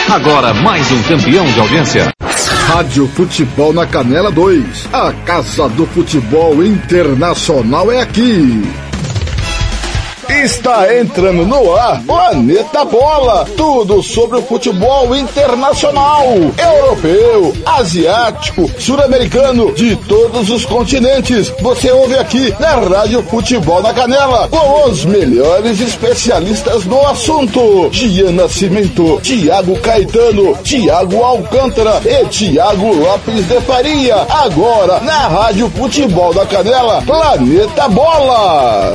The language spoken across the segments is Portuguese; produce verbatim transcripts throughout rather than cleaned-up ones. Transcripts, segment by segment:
Agora mais um campeão de audiência. Rádio Futebol na Canela dois. A Casa do Futebol Internacional é aqui. Está entrando no ar Planeta Bola. Tudo sobre o futebol internacional, europeu, asiático, sul-americano, de todos os continentes. Você ouve aqui na Rádio Futebol na Canela, com os melhores especialistas no assunto. Gian Nascimento, Thiago Caetano, Thiago Alcântara e Thiago Lopes de Faria. Agora na Rádio Futebol da Canela, Planeta Bola.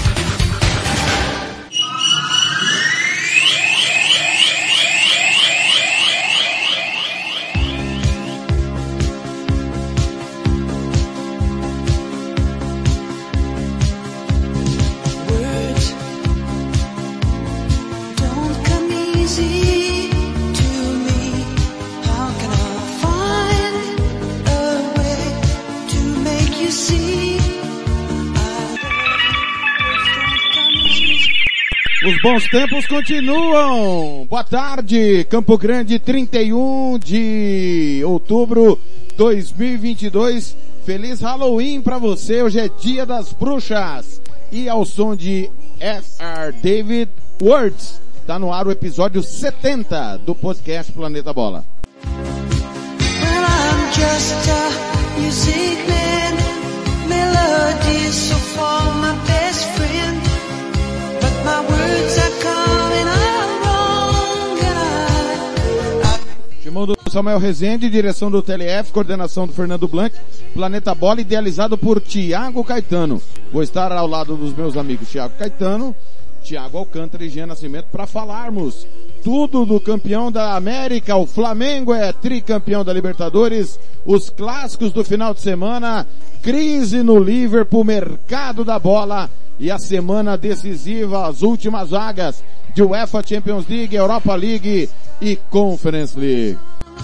Os bons tempos continuam. Boa tarde, Campo Grande, trinta e um de outubro de dois mil e vinte e dois. Feliz Halloween pra você. Hoje é Dia das Bruxas. E ao som de F R David Words, tá no ar o episódio setenta do podcast Planeta Bola. Well, I'm just a music man. Melody so far my best friend. But my words are coming out wrong and I... Timão do Samuel Rezende, direção do T L F, coordenação do Fernando Blanc, Planeta Bola, idealizado por Thiago Caetano. Vou estar ao lado dos meus amigos Thiago Caetano, Thiago Alcântara e Gian Nascimento para falarmos tudo do campeão da América. O Flamengo é tricampeão da Libertadores, os clássicos do final de semana, crise no Liverpool, mercado da bola e a semana decisiva, as últimas vagas de UEFA Champions League, Europa League e Conference League.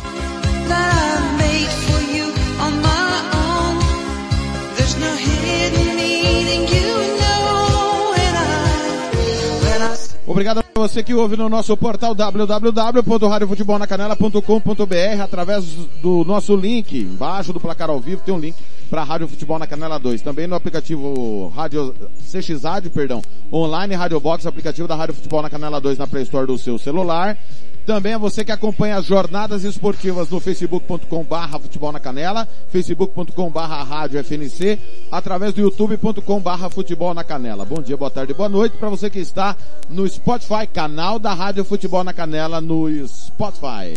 Obrigado a você que ouve no nosso portal w w w ponto rádio futebol na canela ponto com ponto b r através do nosso link. Embaixo do placar ao vivo tem um link para Rádio Futebol na Canela dois. Também no aplicativo Rádio C X A D, perdão, online Rádio Box, aplicativo da Rádio Futebol na Canela dois na Play Store do seu celular. Também a você que acompanha as jornadas esportivas no facebook ponto com barra futebol na canela, facebook ponto com barra rádio F N C, através do youtube ponto com barra futebol na canela. Bom dia, boa tarde, boa noite para você que está no Spotify, canal da Rádio Futebol na Canela no Spotify.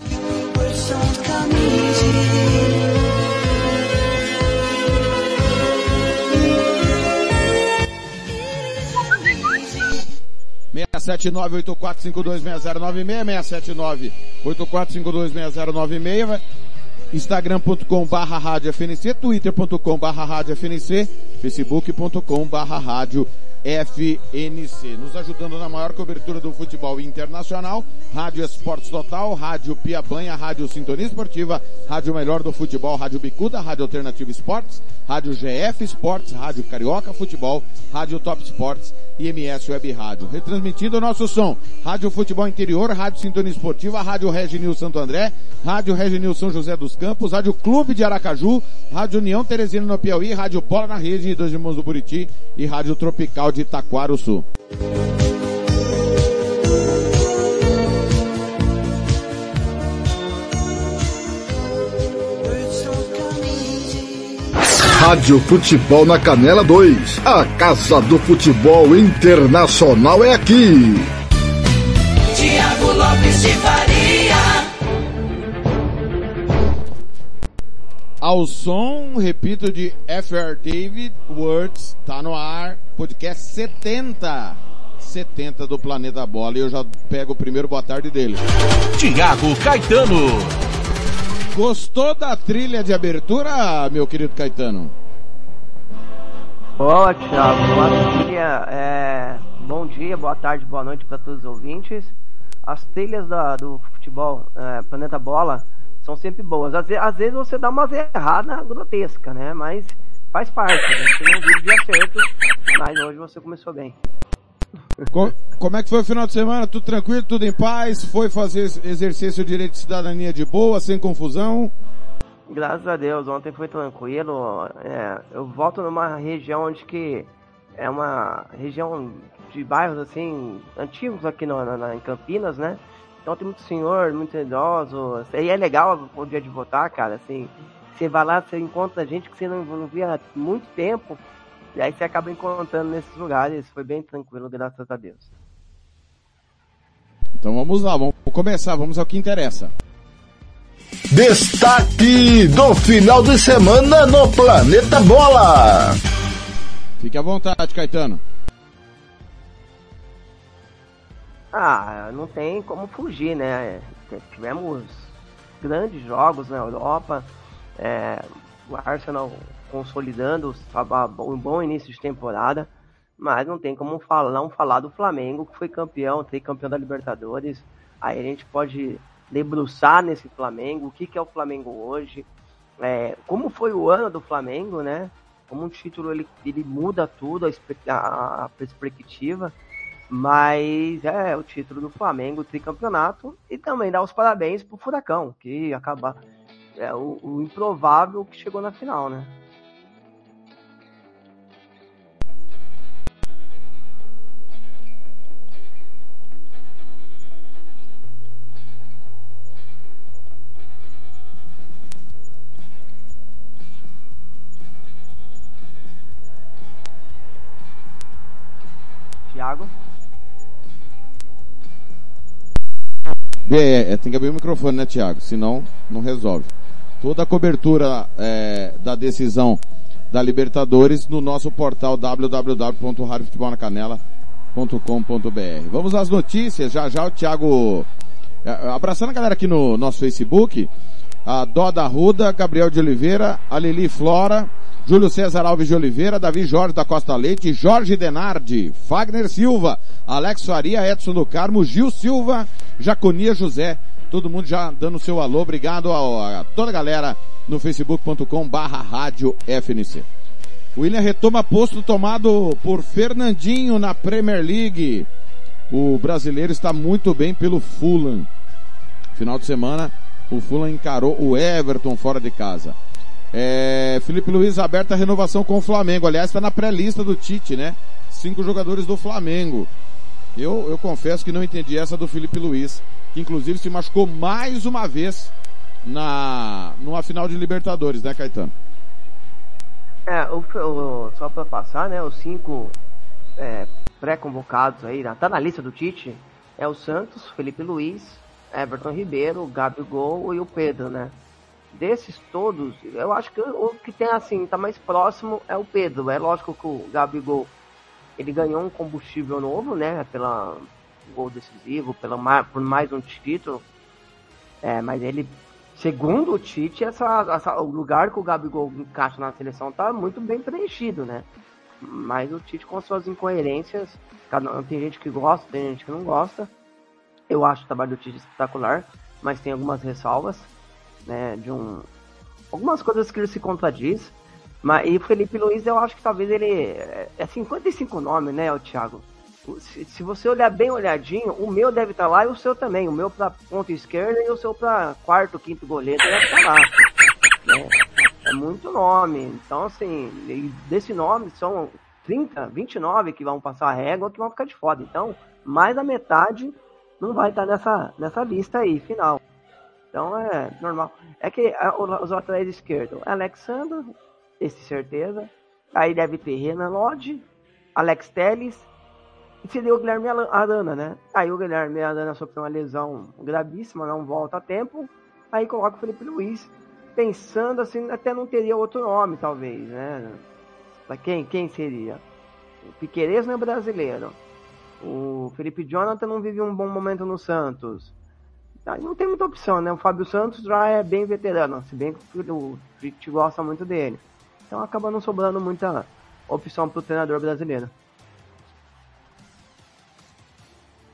seis sete nove oito quatro cinco dois seis zero nove seis, seis sete nove oito quatro cinco dois seis zero nove seis, instagram ponto com barra rádio F N C, twitter ponto com barra rádio F N C, facebook ponto com barra rádio F N C. Nos ajudando na maior cobertura do futebol internacional, Rádio Esportes Total, Rádio Piabanha, Rádio Sintonia Esportiva, Rádio Melhor do Futebol, Rádio Bicuda, Rádio Alternativa Esportes, Rádio G F Esportes, Rádio Carioca Futebol, Rádio Top Esportes e M S Web Rádio. Retransmitindo o nosso som, Rádio Futebol Interior, Rádio Sintonia Esportiva, Rádio Reginil Santo André, Rádio Reginil São José dos Campos, Rádio Clube de Aracaju, Rádio União Teresina no Piauí, Rádio Bola na Rede, Dois Irmãos do Buriti e Rádio Tropical de Itaquaruçu. Rádio Futebol na Canela dois. A Casa do Futebol Internacional é aqui. Thiago Lopes de Faria. Ao som, repito, de F R David Words, tá no ar, podcast setenta. setenta do Planeta Bola. E eu já pego o primeiro boa tarde dele. Thiago Caetano. Gostou da trilha de abertura, meu querido Caetano? Boa, Thiago. Boa trilha. É... Bom dia, boa tarde, boa noite para todos os ouvintes. As trilhas da, do futebol é, Planeta Bola são sempre boas. Às, às vezes você dá umas erradas grotescas, né? Mas faz parte. Você não vive de acertos, mas hoje você começou bem. Co- como é que foi o final de semana? Tudo tranquilo, tudo em paz? Foi fazer exercício de direito de cidadania de boa, sem confusão? Graças a Deus, ontem foi tranquilo. É, eu volto numa região onde que é uma região de bairros assim antigos aqui no, na, na, em Campinas, né? Então tem muito senhor, muito idoso. E é legal o dia de votar, cara. Assim, você vai lá, você encontra gente que você não, não via há muito tempo. E aí você acaba encontrando nesses lugares. Foi bem tranquilo, graças a Deus. Então vamos lá, vamos começar, vamos ao que interessa. Destaque do final de semana no Planeta Bola. Fique à vontade, Caetano. Ah, não tem como fugir, né? Tivemos grandes jogos na Europa. É, o Arsenal consolidando um bom início de temporada. Mas não tem como falar, não falar do Flamengo, que foi campeão, tricampeão da Libertadores. Aí a gente pode debruçar nesse Flamengo, o que, que é o Flamengo hoje, é, como foi o ano do Flamengo, né? Como um título ele, ele muda tudo, a, a, a perspectiva, mas é o título do Flamengo, o tricampeonato, e também dar os parabéns pro Furacão, que acaba é o, o improvável que chegou na final, né? Thiago? É, é, tem que abrir o microfone, né, Thiago? Senão, não resolve. Toda a cobertura é, da decisão da Libertadores no nosso portal w w w ponto rádio futebol na canela ponto com ponto b r. Vamos às notícias. Já já o Thiago... Abraçando a galera aqui no nosso Facebook. A Doda Ruda, Gabriel de Oliveira, a Lili Flora, Júlio César Alves de Oliveira, Davi Jorge da Costa Leite, Jorge Denardi, Fagner Silva, Alex Faria, Edson do Carmo, Gil Silva, Jaconia José, todo mundo já dando seu alô, obrigado a, a toda a galera no facebook ponto com barra rádio F N C. William retoma posto tomado por Fernandinho na Premier League. O brasileiro está muito bem pelo Fulham. Final de semana, o Fulham encarou o Everton fora de casa. É, Felipe Luiz aberta a renovação com o Flamengo. Aliás, está na pré-lista do Tite, né? Cinco jogadores do Flamengo. Eu, eu confesso que não entendi essa do Felipe Luiz, que inclusive se machucou mais uma vez na numa final de Libertadores, né, Caetano? É, o, o, só para passar, né? Os cinco é, pré-convocados aí, tá na lista do Tite, é o Santos, Felipe Luiz, Everton Ribeiro, Gabigol e o Pedro, né? Desses todos, eu acho que o que tem assim, tá mais próximo é o Pedro. É lógico que o Gabigol, ele ganhou um combustível novo, né? Pela gol decisivo, pela, por mais um título. É, mas ele, segundo o Tite, essa, essa, o lugar que o Gabigol encaixa na seleção tá muito bem preenchido, né? Mas o Tite, com suas incoerências, cada, tem gente que gosta, tem gente que não gosta. Eu acho o trabalho do Tite espetacular, mas tem algumas ressalvas. Né, de um, algumas coisas que ele se contradiz, mas e o Felipe Luiz, eu acho que talvez ele é cinquenta e cinco nomes, né, o Thiago? Se, se você olhar bem olhadinho, o meu deve estar lá e o seu também, o meu para ponta esquerda e o seu para quarto, quinto goleiro deve estar lá, né? É muito nome, então assim, desse nome são trinta, vinte e nove que vão passar a régua, que vão ficar de fora, então mais da metade não vai estar nessa, nessa lista aí, final. Então é normal. É que os laterais esquerdos, Alexandre, esse certeza. Aí deve ter Renan Lodge, Alex Telles e seria o Guilherme Arana, né? Aí o Guilherme Arana sofreu uma lesão gravíssima, não volta a tempo. Aí coloca o Felipe Luiz, pensando assim, até não teria outro nome, talvez, né? Quem, quem seria? O Piquerez não é brasileiro. O Felipe Jonathan não vive um bom momento no Santos. Não tem muita opção, né? O Fábio Santos já é bem veterano, se bem que o Tite gosta muito dele. Então acaba não sobrando muita opção para o treinador brasileiro.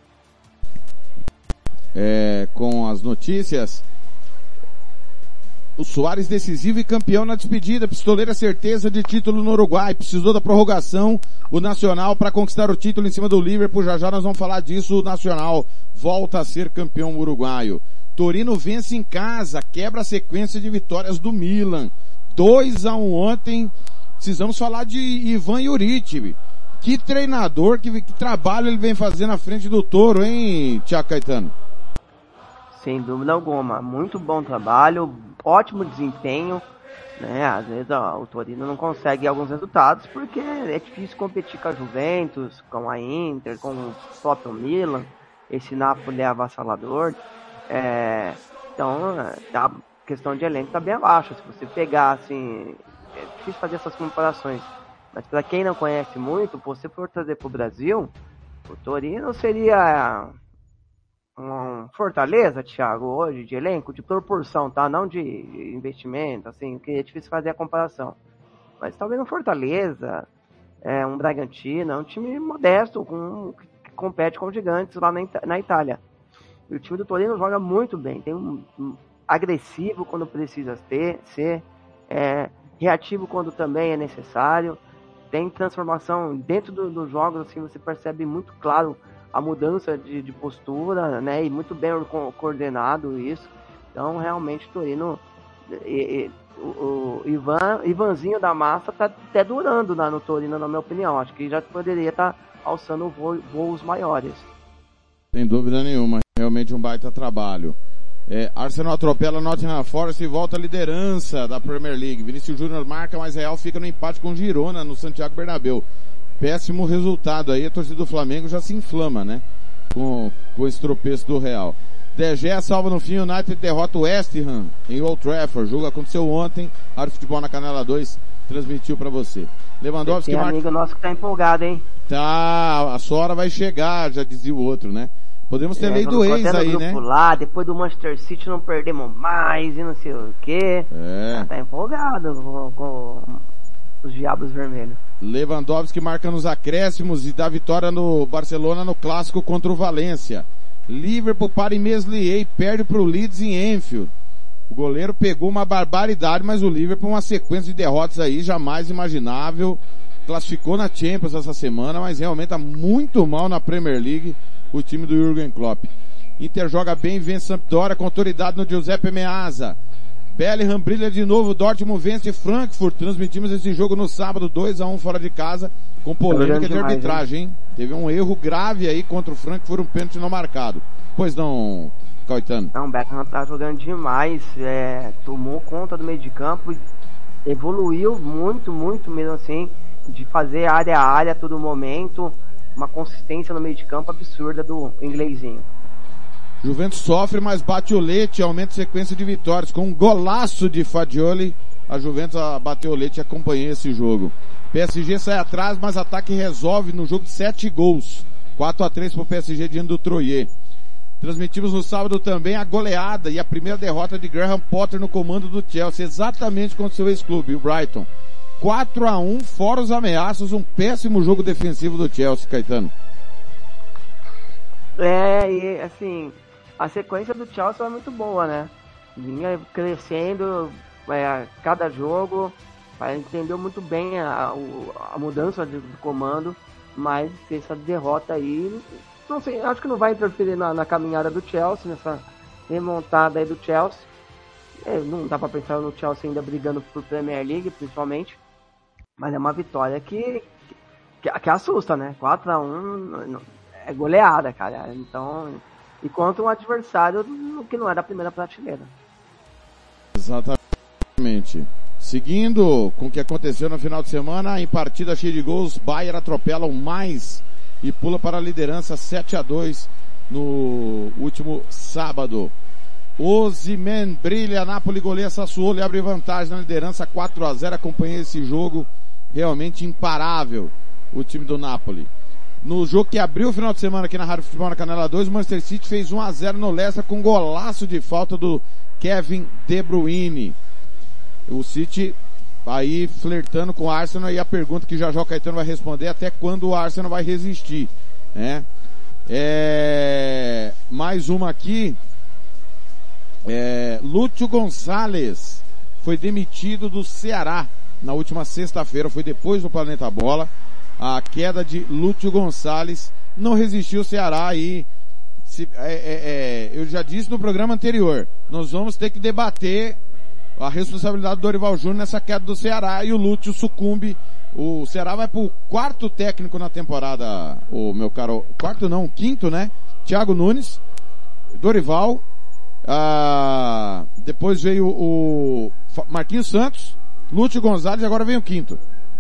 É, com as notícias, O Soares decisivo e campeão na despedida. Pistoleira certeza de título no Uruguai. Precisou da prorrogação. O Nacional para conquistar o título em cima do Liverpool. Já já nós vamos falar disso. O Nacional volta a ser campeão uruguaio. Torino vence em casa. Quebra a sequência de vitórias do Milan. dois a um ontem. Precisamos falar de Ivan Juric. Que treinador, que, que trabalho ele vem fazendo à frente do Toro, hein, Thiago Caetano? Sem dúvida alguma. Muito bom trabalho, ótimo desempenho, né? Às vezes ó, o Torino não consegue alguns resultados porque é difícil competir com a Juventus, com a Inter, com o próprio Milan. Esse Napoli é avassalador. É, então, a questão de elenco está bem abaixo. Se você pegar, assim, é difícil fazer essas comparações. Mas para quem não conhece muito, se você for trazer para o Brasil, o Torino seria um Fortaleza, Thiago, hoje, de elenco, de proporção, tá? Não de investimento, assim, que é difícil fazer a comparação. Mas talvez um Fortaleza, é, um Bragantino, é um time modesto, com, que compete com gigantes lá na, na Itália. E o time do Torino joga muito bem, tem um, um agressivo quando precisa ter, ser, é, reativo quando também é necessário, tem transformação dentro dos do jogos, assim, você percebe muito claro a mudança de, de postura, né, e muito bem coordenado isso. Então, realmente, o Torino, e, e, o, o Ivan, Ivanzinho da massa tá até durando lá no Torino, na minha opinião. Acho que já poderia estar tá alçando vo, voos maiores. Sem dúvida nenhuma, realmente um baita trabalho. É, Arsenal atropela Nottingham Forest e volta à liderança da Premier League. Vinícius Júnior marca, mas Real fica no empate com Girona no Santiago Bernabéu. Péssimo resultado aí, a torcida do Flamengo já se inflama, né? Com, com esse tropeço do Real. De Gea salva no fim, United derrota o West Ham em Old Trafford. O jogo aconteceu ontem, Rádio Futebol na Canela dois transmitiu pra você. Lewandowski tem marca... amigo nosso que tá empolgado, hein? Tá, a Sora vai chegar, já dizia o outro, né? Podemos ter é, lei do ex aí, né? Lá, depois do Manchester City não perdemos mais e não sei o quê. É. Tá empolgado com, com os diabos vermelhos. Lewandowski marca nos acréscimos e dá vitória no Barcelona no clássico contra o Valência. Liverpool para em Meslier e perde para o Leeds em Anfield. O goleiro pegou uma barbaridade, mas o Liverpool uma sequência de derrotas aí jamais imaginável. Classificou na Champions essa semana, mas realmente tá muito mal na Premier League o time do Jürgen Klopp. Inter joga bem e vence Sampdoria com autoridade no Giuseppe Meazza. Bellingham brilha de novo, Dortmund vence Frankfurt. Transmitimos esse jogo no sábado, dois a um fora de casa, com polêmica de arbitragem, hein? Teve um erro grave aí contra o Frankfurt, um pênalti não marcado. Pois não, Caetano? Não, o Beckham tá jogando demais, é, tomou conta do meio de campo, evoluiu muito, muito mesmo assim, de fazer área a área a todo momento, uma consistência no meio de campo absurda do inglesinho. Juventus sofre, mas bate o Lecce, aumenta a sequência de vitórias. Com um golaço de Fagioli, a Juventus bateu o Lecce e acompanhou esse jogo. P S G sai atrás, mas ataque resolve no jogo de sete gols. quatro a três pro P S G diante do Troyes. Transmitimos no sábado também a goleada e a primeira derrota de Graham Potter no comando do Chelsea, exatamente contra o seu ex-clube, o Brighton. quatro a um, fora os ameaços, um péssimo jogo defensivo do Chelsea, Caetano. É, e assim, a sequência do Chelsea é muito boa, né? Vinha crescendo é, a cada jogo, entendeu muito bem a, a mudança de, de comando, mas essa derrota aí, não sei, acho que não vai interferir na, na caminhada do Chelsea, nessa remontada aí do Chelsea. É, não dá pra pensar no Chelsea ainda brigando por Premier League, principalmente, mas é uma vitória que, que, que assusta, né? quatro a um é goleada, cara. Então, e contra um adversário que não é da primeira prateleira. Exatamente. Seguindo com o que aconteceu no final de semana, em partida cheia de gols, Bayern atropela o Mainz e pula para a liderança sete a dois no último sábado. Osimhen brilha, Napoli goleia Sassuolo e abre vantagem na liderança quatro a zero. Acompanhei esse jogo, realmente imparável o time do Napoli. No jogo que abriu o final de semana aqui na Rádio Futebol na Canela dois, o Manchester City fez um a zero no Leicester com golaço de falta do Kevin De Bruyne. O City aí flertando com o Arsenal, e a pergunta que já já o Caetano vai responder, até quando o Arsenal vai resistir, né? É... Mais uma aqui, é... Lúcio Gonçalves foi demitido do Ceará na última sexta-feira, foi depois do Planeta Bola. A queda de Lúcio Gonçalves não resistiu o Ceará aí. Se, é, é, é, eu já disse no programa anterior, nós vamos ter que debater a responsabilidade do Dorival Júnior nessa queda do Ceará, e o Lúcio sucumbe. O Ceará vai pro quarto técnico na temporada, o meu caro, quarto não, quinto, né? Thiago Nunes, Dorival, ah, depois veio o Marquinhos Santos, Lúcio Gonçalves, e agora vem o quinto.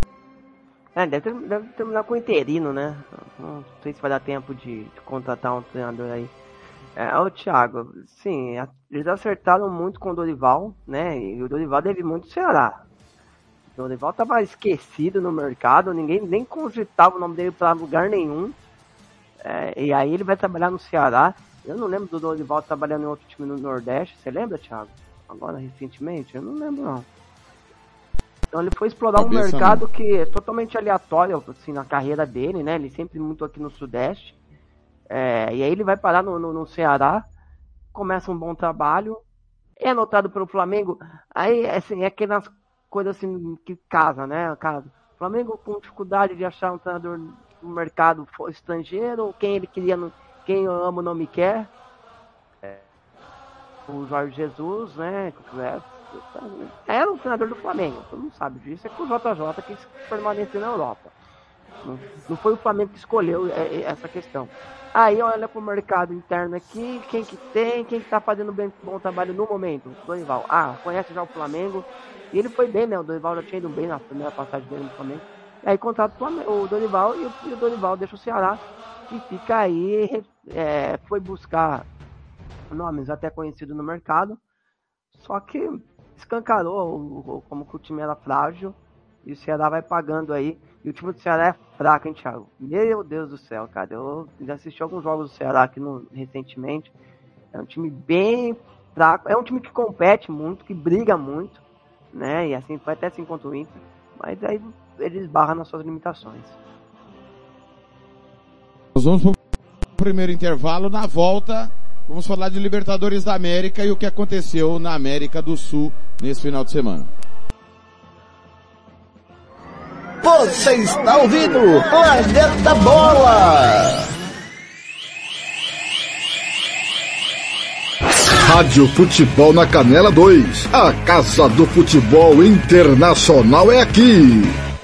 É, deve, ter, deve terminar com o interino, né? Não sei se vai dar tempo de, de contratar um treinador aí. É, o Thiago, sim, eles acertaram muito com o Dorival, né? E o Dorival deve muito ao Ceará. O Dorival estava esquecido no mercado, ninguém nem cogitava o nome dele para lugar nenhum. É, e aí ele vai trabalhar no Ceará. Eu não lembro do Dorival trabalhando em outro time no Nordeste. Você lembra, Thiago? Agora, recentemente? Eu não lembro, não. Então ele foi explorar um mercado que é totalmente aleatório, assim, na carreira dele, né? Ele sempre muito aqui no Sudeste. É, e aí ele vai parar no, no, no Ceará, começa um bom trabalho, é anotado pelo Flamengo. Aí, assim, é aquelas coisas assim que casa, né? Casa. Flamengo com dificuldade de achar um treinador no mercado estrangeiro, quem ele queria, quem eu amo não me quer. É, o Jorge Jesus, né? Era o treinador do Flamengo, todo mundo sabe disso, é que o J J quis permanecer na Europa. Não, não foi o Flamengo que escolheu essa questão. Aí olha pro mercado interno aqui, quem que tem, quem que tá fazendo bem, bom trabalho no momento? O Dorival. Ah, conhece já o Flamengo. E ele foi bem, né? O Dorival já tinha ido bem na primeira passagem dele no Flamengo. E aí contrata o Dorival e o, e o Dorival deixa o Ceará e fica aí, é, foi buscar nomes até conhecidos no mercado, só que escancarou o, o, como que o time era frágil, e o Ceará vai pagando aí. E o time do Ceará é fraco, hein, Thiago? Meu Deus do céu, cara. Eu já assisti alguns jogos do Ceará aqui no, recentemente. É um time bem fraco. É um time que compete muito, que briga muito, né? E assim, foi até assim contra o Inter. Mas aí eles barram nas suas limitações. Nós vamos pro primeiro intervalo. Na volta, vamos falar de Libertadores da América e o que aconteceu na América do Sul nesse final de semana. Você está ouvindo Planeta Bola! Rádio Futebol na Canela dois. A Casa do Futebol Internacional é aqui.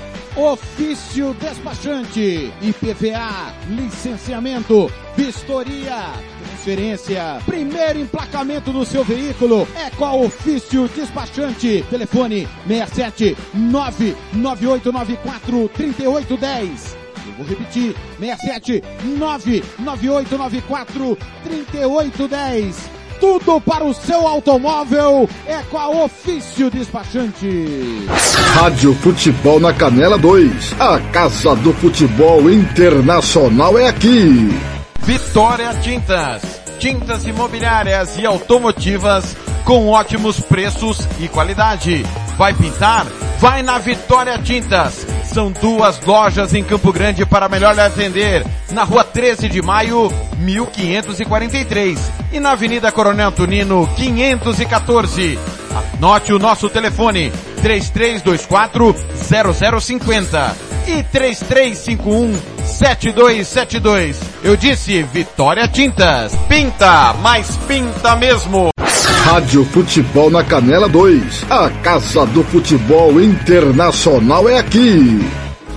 Ofício despachante, I P V A, licenciamento, vistoria, transferência, primeiro emplacamento do seu veículo é com a Ofício Despachante. Telefone seis sete nove nove oito nove quatro três oito um zero. Eu vou repetir, seis sete nove nove oito nove quatro três oito um zero. Tudo para o seu automóvel é com a Ofício Despachante. Rádio Futebol na Canela dois. A Casa do Futebol Internacional é aqui. Vitória Tintas. Tintas imobiliárias e automotivas com ótimos preços e qualidade. Vai pintar? Vai na Vitória Tintas. São duas lojas em Campo Grande para melhor lhe atender. Na rua treze de maio, mil quinhentos e quarenta e três. E na Avenida Coronel Tunino, quinhentos e quatorze. Anote o nosso telefone, três três dois quatro zero zero cinco zero e três três cinco um sete dois sete dois. Eu disse Vitória Tintas. Pinta, mas pinta mesmo. Rádio Futebol na Canela dois. A Casa do Futebol Internacional é aqui.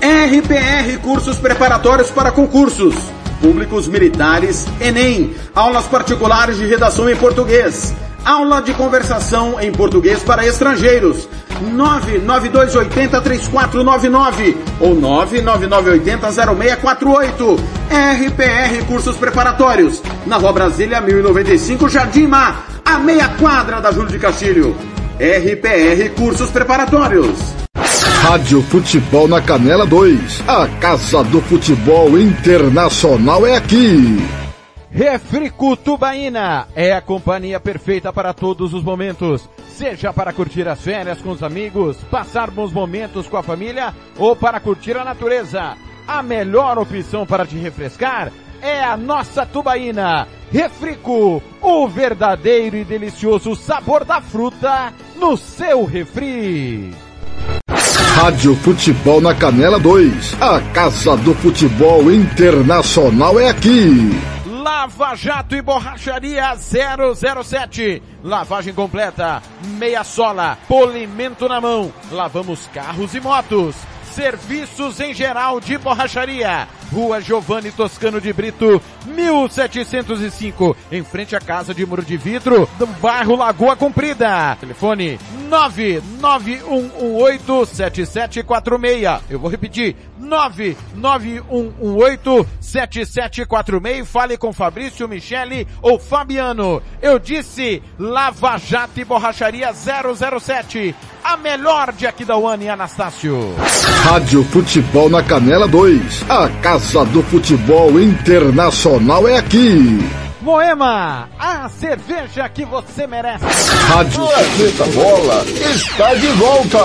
R P R Cursos Preparatórios para Concursos Públicos Militares, Enem. Aulas particulares de redação em português. Aula de conversação em português para estrangeiros. nove nove dois oito zero três quatro nove nove ou nove nove nove oito zero zero seis quatro oito. R P R Cursos Preparatórios, na Rua Brasília mil e noventa e cinco, Jardim Mar, a meia quadra da Júlio de Castilho. R P R Cursos Preparatórios. Rádio Futebol na Canela dois. A Casa do Futebol Internacional é aqui. Refrico Tubaína é a companhia perfeita para todos os momentos. Seja para curtir as férias com os amigos, passar bons momentos com a família ou para curtir a natureza. A melhor opção para te refrescar é a nossa tubaína. Refrico, o verdadeiro e delicioso sabor da fruta no seu refri. Rádio Futebol na Canela dois. A Casa do Futebol Internacional é aqui. Lava Jato e Borracharia zero zero sete. Lavagem completa, meia sola, polimento na mão. Lavamos carros e motos. Serviços em geral de borracharia. Rua Giovanni Toscano de Brito, mil setecentos e cinco, em frente à Casa de Muro de Vidro, do bairro Lagoa Comprida. Telefone nove nove um um oito sete sete quatro seis. Eu vou repetir, nove nove um um oito sete sete quatro seis. Fale com Fabrício, Michele ou Fabiano. Eu disse Lava Jato e Borracharia zero zero sete. A melhor de Aquidauana e Anastácio. Rádio Futebol na Canela dois. A Casa do Futebol Internacional é aqui. Moema, a cerveja que você merece. Rádio Planeta Bola está de volta.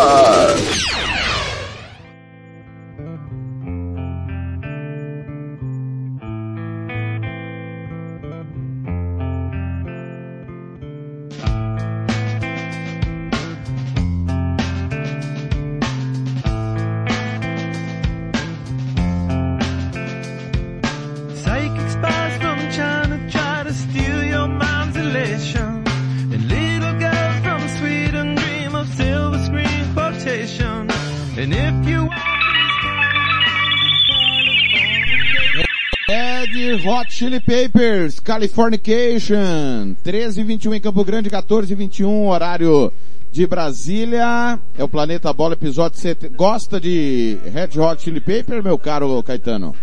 Red Hot Chili Peppers, Californication, treze e vinte e um em Campo Grande, quatorze e vinte e um, horário de Brasília. É o Planeta Bola, episódio setenta. Gosta de Red Hot Chili Peppers, meu caro Caetano?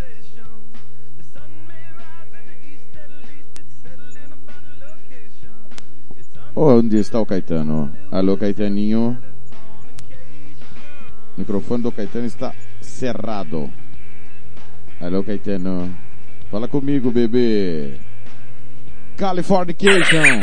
Onde está o Caetano? Alô, Caetaninho? O microfone do Caetano está cerrado. Alô, Caetano. Fala comigo, bebê. Californication.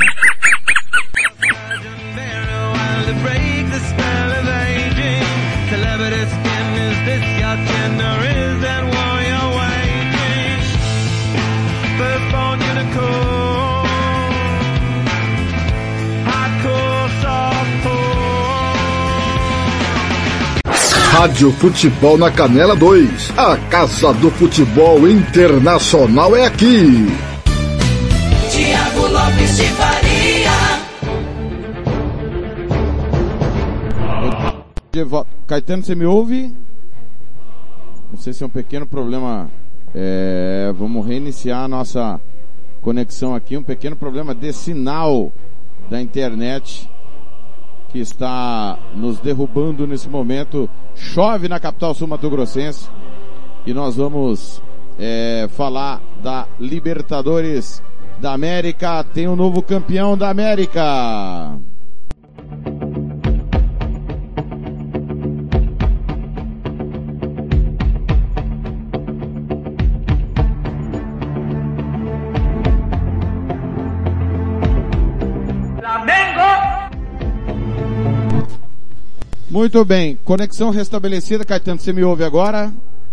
Rádio Futebol na Canela dois. A Casa do Futebol Internacional é aqui. Tiago Lopes de Faria. Caetano, você me ouve? Não sei se é um pequeno problema. É, vamos reiniciar a nossa conexão aqui. Um pequeno problema de sinal da internet que está nos derrubando nesse momento. Chove na capital sul-mato-grossense e nós vamos é, falar da Libertadores da América. Tem um novo campeão da América. Muito bem, conexão restabelecida. Caetano, você me ouve agora?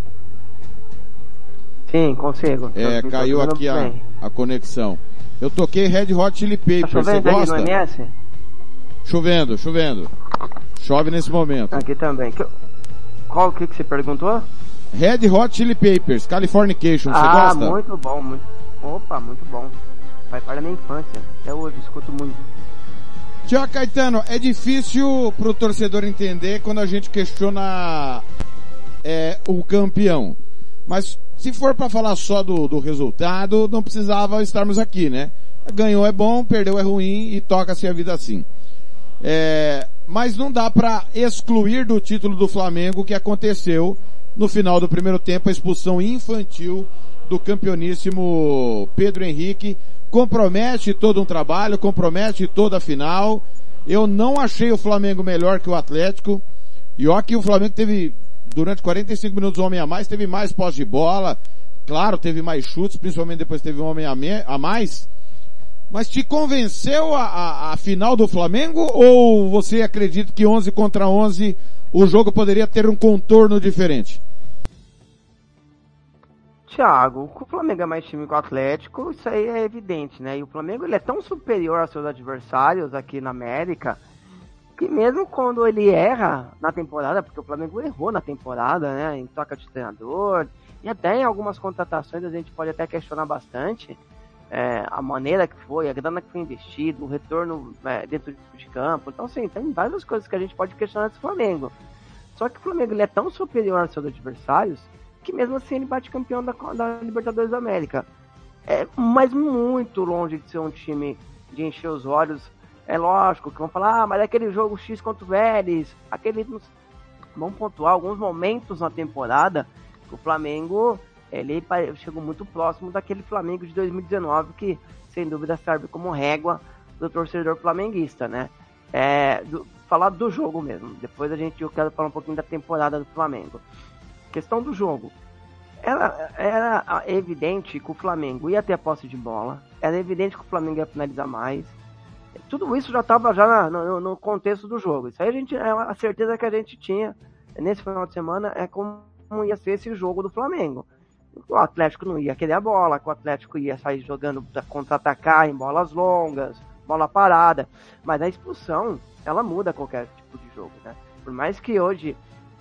Sim, consigo. É, tô, caiu tô aqui a, a conexão. Eu toquei Red Hot Chili Peppers, tá você gosta? No M S? Chovendo, chovendo. Chove nesse momento. Aqui também. Qual que que você perguntou? Red Hot Chili Peppers, Californication, você ah, gosta? Ah, muito bom, muito. Opa, muito bom. Vai para a minha infância. Até hoje, escuto muito. Tio Caetano, é difícil pro torcedor entender quando a gente questiona é, o campeão. Mas se for para falar só do, do resultado, não precisava estarmos aqui, né? Ganhou é bom, perdeu é ruim e toca-se a vida assim. É, mas não dá para excluir do título do Flamengo o que aconteceu no final do primeiro tempo, a expulsão infantil do campeoníssimo Pedro Henrique. Compromete todo um trabalho, compromete toda a final. Eu não achei o Flamengo melhor que o Atlético. E ó que o Flamengo teve, durante quarenta e cinco minutos, um homem a mais, teve mais posse de bola. Claro, teve mais chutes, principalmente depois teve um homem a, me, a mais. Mas te convenceu a, a, a final do Flamengo? Ou você acredita que onze contra onze o jogo poderia ter um contorno diferente? Thiago, o Flamengo é mais time que o Atlético, isso aí é evidente, né? E o Flamengo ele é tão superior aos seus adversários aqui na América, que mesmo quando ele erra na temporada, porque o Flamengo errou na temporada, né? Em troca de treinador, e até em algumas contratações a gente pode até questionar bastante é, a maneira que foi, a grana que foi investida, o retorno é, dentro de campo. Então, assim, tem várias coisas que a gente pode questionar desse Flamengo. Só que o Flamengo ele é tão superior aos seus adversários que mesmo assim ele bate campeão da, da Libertadores da América. É, mas muito longe de ser um time de encher os olhos. É lógico que vão falar, ah, mas é aquele jogo X contra o Vélez, aquele... Vamos pontuar alguns momentos na temporada que o Flamengo ele chegou muito próximo daquele Flamengo de dois mil e dezenove que, sem dúvida, serve como régua do torcedor flamenguista, né? É, do, falar do jogo mesmo. Depois a gente, eu quero falar um pouquinho da temporada do Flamengo. Questão do jogo. Era, era evidente que o Flamengo ia ter a posse de bola. Era evidente que o Flamengo ia finalizar mais. Tudo isso já estava já na, no, no contexto do jogo. Isso aí a gente, é a certeza que a gente tinha nesse final de semana é como ia ser esse jogo do Flamengo. O Atlético não ia querer a bola, que o Atlético ia sair jogando para contra-atacar em bolas longas, bola parada. Mas a expulsão, ela muda qualquer tipo de jogo, né? Por mais que hoje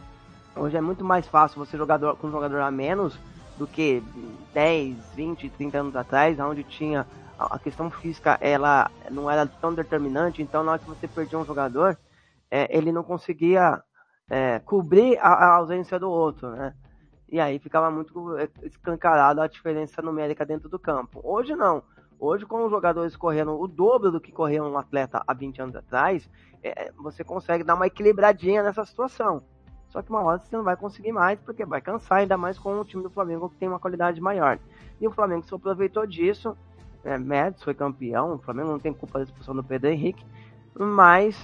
Hoje é muito mais fácil você jogar com um jogador a menos do que dez, vinte, trinta anos atrás, onde tinha a questão física, ela não era tão determinante. Então, na hora que você perdia um jogador, é, ele não conseguia é, cobrir a, a ausência do outro, né? E aí ficava muito escancarada a diferença numérica dentro do campo. Hoje não. Hoje, com os jogadores correndo o dobro do que corria um atleta há vinte anos atrás, é, você consegue dar uma equilibradinha nessa situação. Só que uma hora você não vai conseguir mais, porque vai cansar, ainda mais com o time do Flamengo que tem uma qualidade maior. E o Flamengo se aproveitou disso, é, Médici foi campeão, o Flamengo não tem culpa da expulsão do Pedro Henrique, mas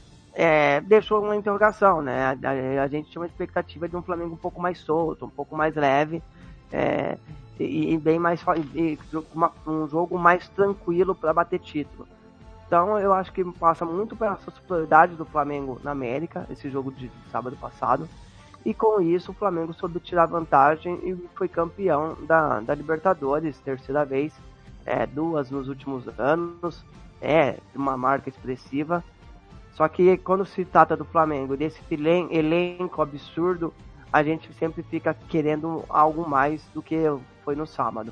é, deixou uma interrogação, né? A, a, a gente tinha uma expectativa de um Flamengo um pouco mais solto, um pouco mais leve, é, e, e bem mais e, uma, um jogo mais tranquilo para bater título. Então eu acho que passa muito pela superioridade do Flamengo na América, esse jogo de sábado passado, e com isso o Flamengo soube tirar vantagem e foi campeão da, da Libertadores, terceira vez, é, duas nos últimos anos, é uma marca expressiva. Só que quando se trata do Flamengo, desse elenco absurdo, a gente sempre fica querendo algo mais do que foi no sábado.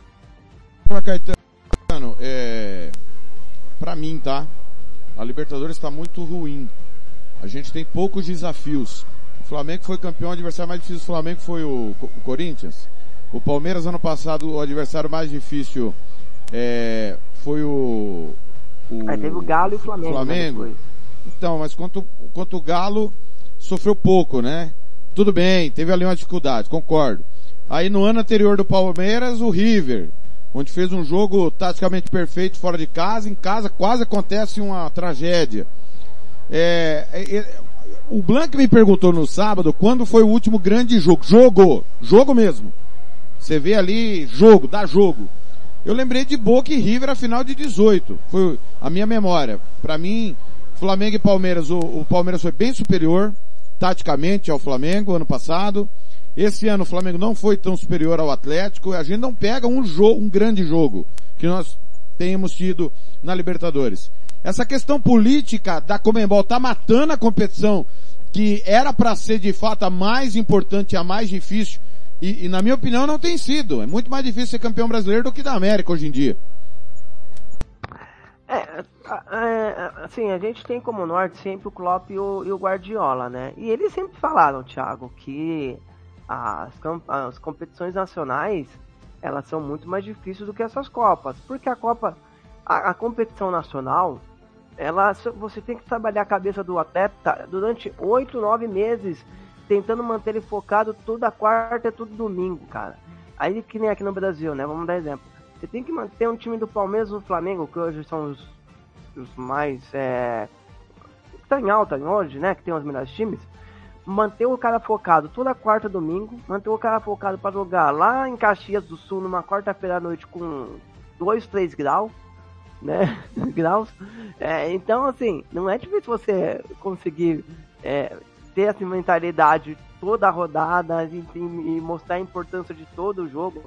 Caetano, é... Pra mim, tá? A Libertadores tá muito ruim. A gente tem poucos desafios. O Flamengo foi campeão, o adversário mais difícil do Flamengo foi o, o Corinthians. O Palmeiras, ano passado, o adversário mais difícil é, foi o... o Aí teve o Galo e o Flamengo. Flamengo. Né, então, mas quanto, quanto o Galo sofreu pouco, né? Tudo bem, teve ali uma dificuldade, concordo. Aí no ano anterior do Palmeiras, o River, onde fez um jogo taticamente perfeito fora de casa, em casa quase acontece uma tragédia. É, é, o Blanc me perguntou no sábado quando foi o último grande jogo. Jogo! Jogo mesmo. Você vê ali, jogo, dá jogo. Eu lembrei de Boca e River a final de dezoito. Foi a minha memória. Pra mim, Flamengo e Palmeiras, o, o Palmeiras foi bem superior, taticamente, ao Flamengo, ano passado. Esse ano o Flamengo não foi tão superior ao Atlético. A gente não pega um jogo, um grande jogo que nós tenhamos tido na Libertadores. Essa questão política da Conmebol tá matando a competição que era para ser de fato a mais importante, a mais difícil. E, e na minha opinião não tem sido. É muito mais difícil ser campeão brasileiro do que da América hoje em dia. É, é, assim, a gente tem como norte sempre o Klopp e o, e o Guardiola, né? E eles sempre falaram, Thiago, que As, as competições nacionais, elas são muito mais difíceis do que essas Copas, porque a Copa, a, a competição nacional, ela, você tem que trabalhar a cabeça do atleta durante oito, nove meses, tentando manter ele focado toda quarta e todo domingo, cara. Aí que nem aqui no Brasil, né, vamos dar exemplo, você tem que manter um time do Palmeiras e do Flamengo, que hoje são os, os mais, é, que tá em alta hoje, né, que tem os melhores times, manter o cara focado toda quarta e domingo, manter o cara focado para jogar lá em Caxias do Sul numa quarta-feira à noite com dois, três graus, né, graus, é, então assim, não é difícil você conseguir é, ter essa mentalidade toda a rodada e, e mostrar a importância de todo o jogo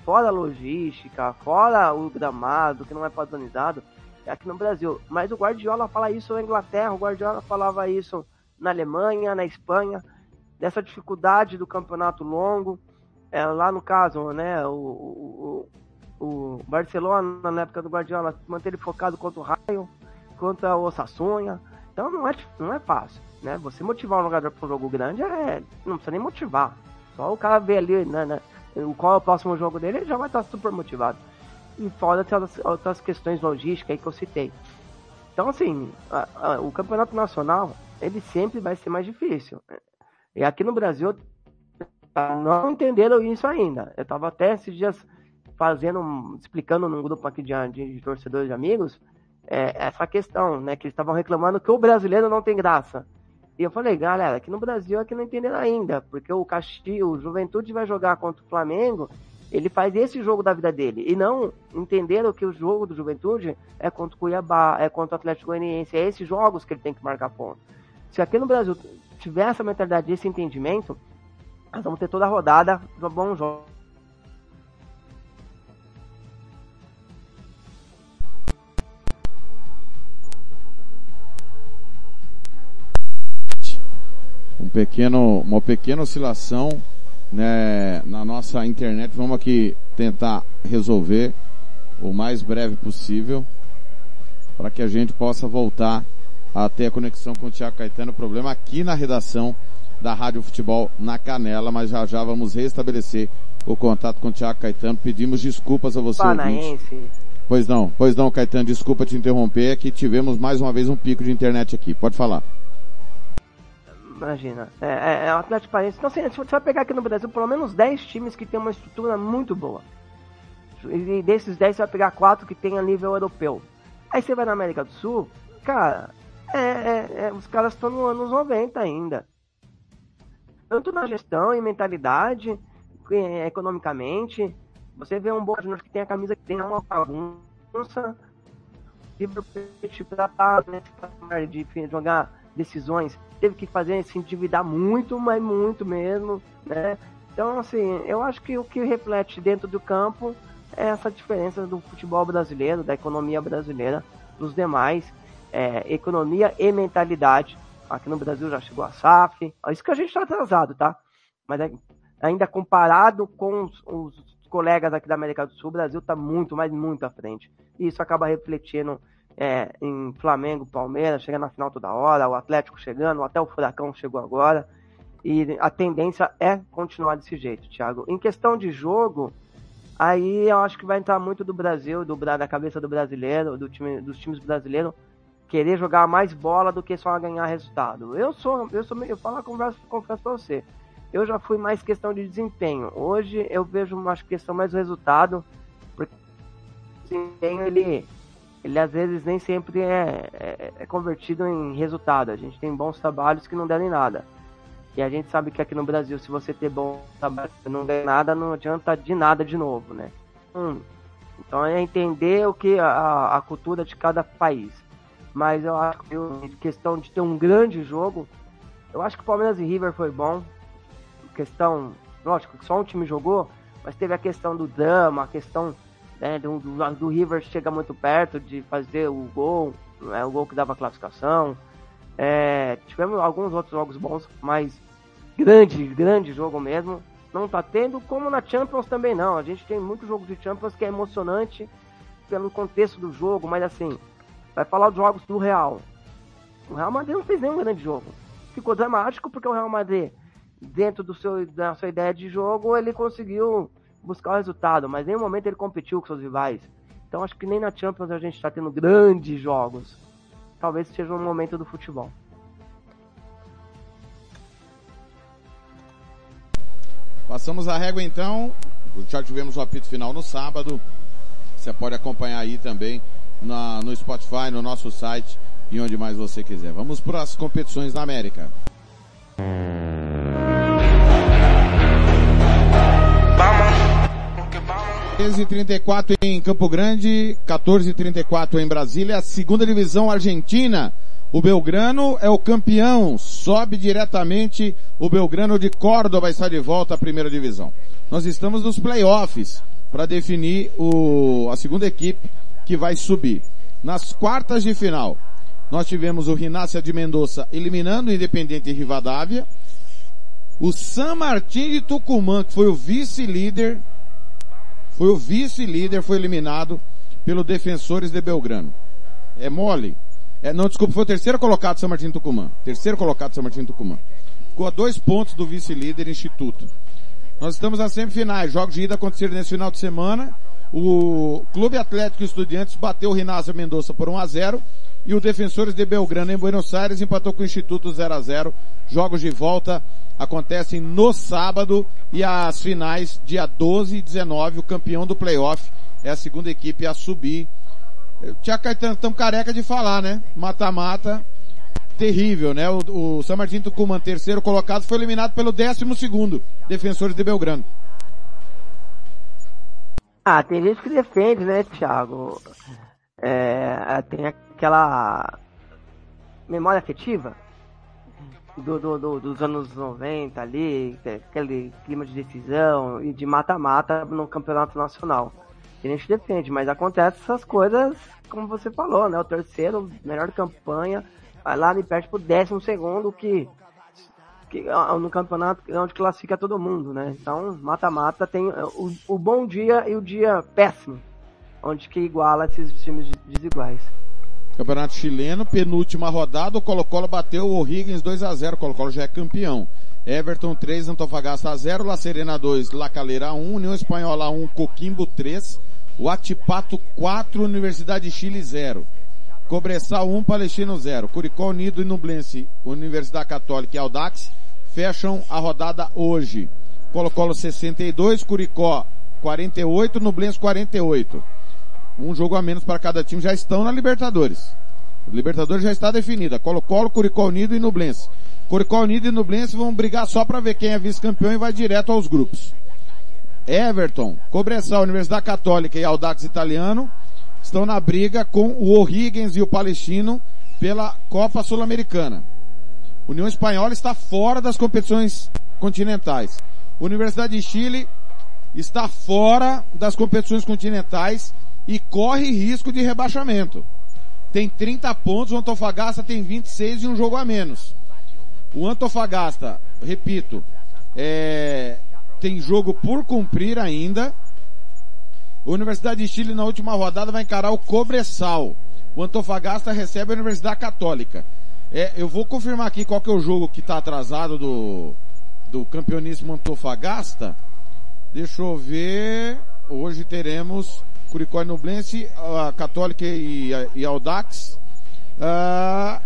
fora a logística, fora o gramado, que não é padronizado, é aqui no Brasil. Mas o Guardiola fala isso na Inglaterra, o Guardiola falava isso na Alemanha, na Espanha, dessa dificuldade do campeonato longo. É, lá no caso, né, o, o, o Barcelona, na época do Guardiola, manteve focado contra o Raio, contra o Osasuna. Então não é, não é fácil, né? Você motivar um jogador para um jogo grande, é, não precisa nem motivar. Só o cara ver ali, né, né, qual é o próximo jogo dele, ele já vai estar super motivado. E fora outras, outras questões logísticas aí que eu citei. Então, assim, a, a, o campeonato nacional, ele sempre vai ser mais difícil. E aqui no Brasil, não entenderam isso ainda. Eu estava até esses dias fazendo, explicando num grupo aqui de, de, de torcedores e amigos, é, essa questão, né, que eles estavam reclamando que o brasileiro não tem graça. E eu falei, galera, aqui no Brasil é que não entenderam ainda, porque o Castilho, o Juventude vai jogar contra o Flamengo, ele faz esse jogo da vida dele, e não entenderam que o jogo do Juventude é contra o Cuiabá, é contra o Atlético Goianiense, é esses jogos que ele tem que marcar ponto. Se aqui no Brasil tiver essa mentalidade, esse entendimento, nós vamos ter toda a rodada de um bom jogo. Um pequeno, uma pequena oscilação, né, na nossa internet. Vamos aqui tentar resolver o mais breve possível para que a gente possa voltar a ter a conexão com o Thiago Caetano. O problema aqui na redação da Rádio Futebol na Canela, mas já já vamos restabelecer o contato com o Thiago Caetano. Pedimos desculpas a você, ouvinte. Pois não, pois não, Caetano, desculpa te interromper, é que tivemos mais uma vez um pico de internet aqui. Pode falar. Imagina, é, é, é o Atlético Paranaense. Então, assim, você vai pegar aqui no Brasil pelo menos dez times que tem uma estrutura muito boa. E desses dez você vai pegar quatro que tem a nível europeu. Aí você vai na América do Sul, cara, é, é, é, os caras estão nos anos noventa ainda. Tanto na gestão e mentalidade, é, economicamente. Você vê um Boca Juniors que tem a camisa que tem uma bagunça. De jogar decisões, teve que fazer se endividar muito, mas muito mesmo, né? Então, assim, eu acho que o que reflete dentro do campo é essa diferença do futebol brasileiro, da economia brasileira, dos demais, é, economia e mentalidade. Aqui no Brasil já chegou a S A F, isso que a gente está atrasado, tá? Mas é, ainda comparado com os, os colegas aqui da América do Sul, o Brasil está muito, mas muito à frente. E isso acaba refletindo É, em Flamengo, Palmeiras, chegando na final toda hora, o Atlético chegando, até o Furacão chegou agora, e a tendência é continuar desse jeito, Thiago. Em questão de jogo, aí eu acho que vai entrar muito do Brasil, do, da cabeça do brasileiro, do time, dos times brasileiros, querer jogar mais bola do que só ganhar resultado. Eu sou, eu sou, eu falo, confesso, confesso pra você, eu já fui mais questão de desempenho. Hoje eu vejo uma questão mais do resultado, porque o desempenho, ele... ele às vezes nem sempre é, é, é convertido em resultado. A gente tem bons trabalhos que não deram em nada. E a gente sabe que aqui no Brasil, se você ter bom trabalho e não ganha nada, não adianta de nada de novo, né? Hum, então é entender o que a, a cultura de cada país. Mas eu acho que em questão de ter um grande jogo, eu acho que o Palmeiras e River foi bom. Questão, lógico que só um time jogou, mas teve a questão do drama, a questão... É, do, do, do River chega muito perto de fazer o gol, é, o gol que dava a classificação. É, tivemos alguns outros jogos bons, mas grande, grande jogo mesmo não tá tendo, como na Champions também não. A gente tem muito jogo de Champions que é emocionante pelo contexto do jogo, mas assim, vai falar dos jogos do Real. O Real Madrid não fez nenhum grande jogo. Ficou dramático porque o Real Madrid, dentro do seu, da sua ideia de jogo, ele conseguiu buscar o resultado, mas em nenhum momento ele competiu com seus rivais. Então acho que nem na Champions a gente está tendo grandes jogos. Talvez seja um momento do futebol. Passamos a régua então. Já tivemos o apito final no sábado. Você pode acompanhar aí também na, no Spotify, no nosso site e onde mais você quiser. Vamos para as competições da América. treze e trinta e quatro em Campo Grande, quatorze e trinta e quatro em Brasília, segunda divisão argentina. O Belgrano é o campeão, sobe diretamente. O Belgrano de Córdoba está de volta à primeira divisão. Nós estamos nos playoffs. para definir o, a segunda equipe que vai subir. Nas quartas de final, nós tivemos o Rinácia de Mendoza eliminando o Independiente Rivadavia. O San Martín de Tucumã, que foi o vice-líder, foi o vice-líder, foi eliminado pelo Defensores de Belgrano. É mole? É, não, desculpa, foi o terceiro colocado San Martín de Tucumã. Terceiro colocado San Martín de Tucumã. Ficou a dois pontos do vice-líder Instituto. Nós estamos nas semifinais. Jogos de ida aconteceram nesse final de semana. O Clube Atlético Estudiantes bateu o Rinácia Mendoza por um a zero. E o Defensores de Belgrano em Buenos Aires empatou com o Instituto zero a zero. Jogos de volta acontecem no sábado e as finais dia doze e dezenove. O campeão do playoff é a segunda equipe a subir. Tia Caetano, estamos careca de falar, né? Mata-mata. Terrível, né? O, o San Martín Tucumã, terceiro colocado, foi eliminado pelo décimo segundo Defensores de Belgrano. Ah, tem gente que defende, né, Thiago? É, tem aquela memória afetiva do, do, do, dos anos noventa ali, aquele clima de decisão e de mata-mata no campeonato nacional. Tem gente que defende, mas acontece essas coisas, como você falou, né? O terceiro, melhor campanha, vai lá e perde pro décimo segundo, que, que no campeonato onde classifica todo mundo, né? Então, mata-mata tem o, o bom dia e o dia péssimo, onde que iguala esses times desiguais. Campeonato chileno, penúltima rodada, o Colo-Colo bateu o O'Higgins dois a zero, o Colo-Colo já é campeão. Everton três, Antofagasta zero, La Serena dois, La Calera um, União Espanhola um, Coquimbo três, Huachipato quatro, Universidade de Chile zero. Cobressal um, Palestino zero. Curicó Unido e Nublense, Universidade Católica e Audax fecham a rodada hoje. Colo-Colo sessenta e dois, Curicó quarenta e oito, Nublense quarenta e oito. Um jogo a menos para cada time, já estão na Libertadores. A Libertadores já está definida. Colo-Colo, Curicó Unido e Nublense. Curicó Unido e Nublense vão brigar só para ver quem é vice-campeão e vai direto aos grupos. Everton, Cobressal, Universidade Católica e Audax Italiano estão na briga com o O'Higgins e o Palestino pela Copa Sul-Americana. União Espanhola está fora das competições continentais. Universidade de Chile está fora das competições continentais e corre risco de rebaixamento. Tem trinta pontos, o Antofagasta tem vinte e seis e um jogo a menos. O Antofagasta, repito, é, tem jogo por cumprir ainda. A Universidade de Chile na última rodada vai encarar o Cobressal. O Antofagasta recebe a Universidade Católica. É, eu vou confirmar aqui qual que é o jogo que está atrasado do, do campeoníssimo Antofagasta. Deixa eu ver. Hoje teremos Curicó e Nublense, a Católica e, e Audax. Ah,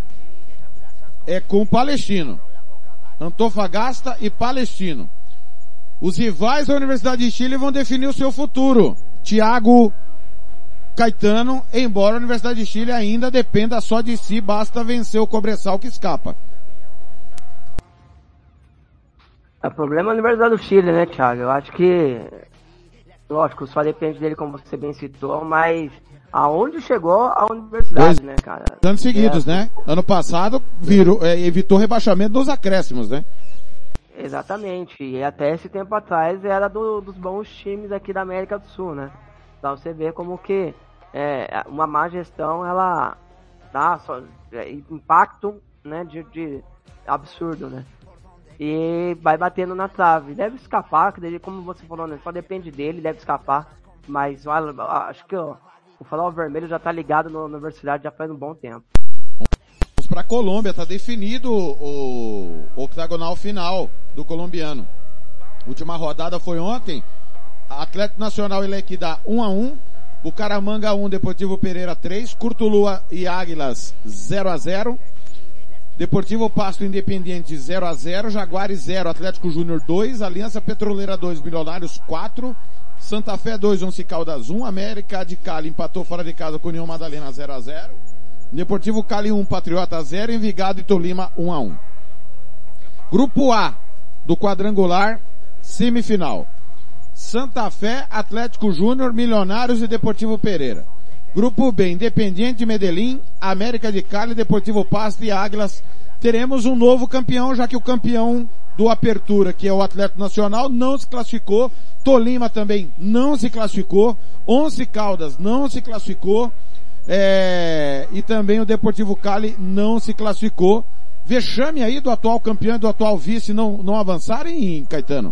é com o Palestino. Antofagasta e Palestino. Os rivais da Universidade de Chile vão definir o seu futuro. Thiago Caetano, embora a Universidade de Chile ainda dependa só de si, basta vencer o Cobressal que escapa. O problema é a Universidade do Chile, né, Thiago? Eu acho que, lógico, só depende dele, como você bem citou, mas aonde chegou a universidade, Dois né, cara? Anos seguidos, é. né? Ano passado virou, é, evitou rebaixamento dos acréscimos, né? Exatamente, e até esse tempo atrás era do, dos bons times aqui da América do Sul, né? Então você vê como que é, uma má gestão, ela dá só, é, impacto, né, de, de absurdo, né? E vai batendo na trave, deve escapar, como você falou, né? Só depende dele, deve escapar, mas olha, acho que ó, o Farol Vermelho já tá ligado na universidade já faz um bom tempo. Para a Colômbia, tá definido o, o octagonal final do colombiano. Última rodada foi ontem. Atlético Nacional e Lequidá um a um, Bucaramanga um, Deportivo Pereira três, Curtulua e Águilas zero a zero, Deportivo Pasto Independiente zero a zero, Jaguares zero, Atlético Júnior dois, Aliança Petroleira dois, Milionários quatro, Santa Fé dois, Once Caldas um, América de Cali empatou fora de casa com União Madalena zero a zero, Deportivo Cali um, Patriota zero, Envigado e Tolima um a um. Grupo A do quadrangular semifinal. Santa Fé, Atlético Júnior, Milionários e Deportivo Pereira. Grupo B, Independiente Medellín, América de Cali, Deportivo Pasto e Águilas. Teremos um novo campeão, já que o campeão do Apertura, que é o Atlético Nacional, não se classificou. Tolima também não se classificou. Once Caldas não se classificou. É, e também o Deportivo Cali não se classificou. Vexame aí do atual campeão e do atual vice não, não avançarem, Caetano?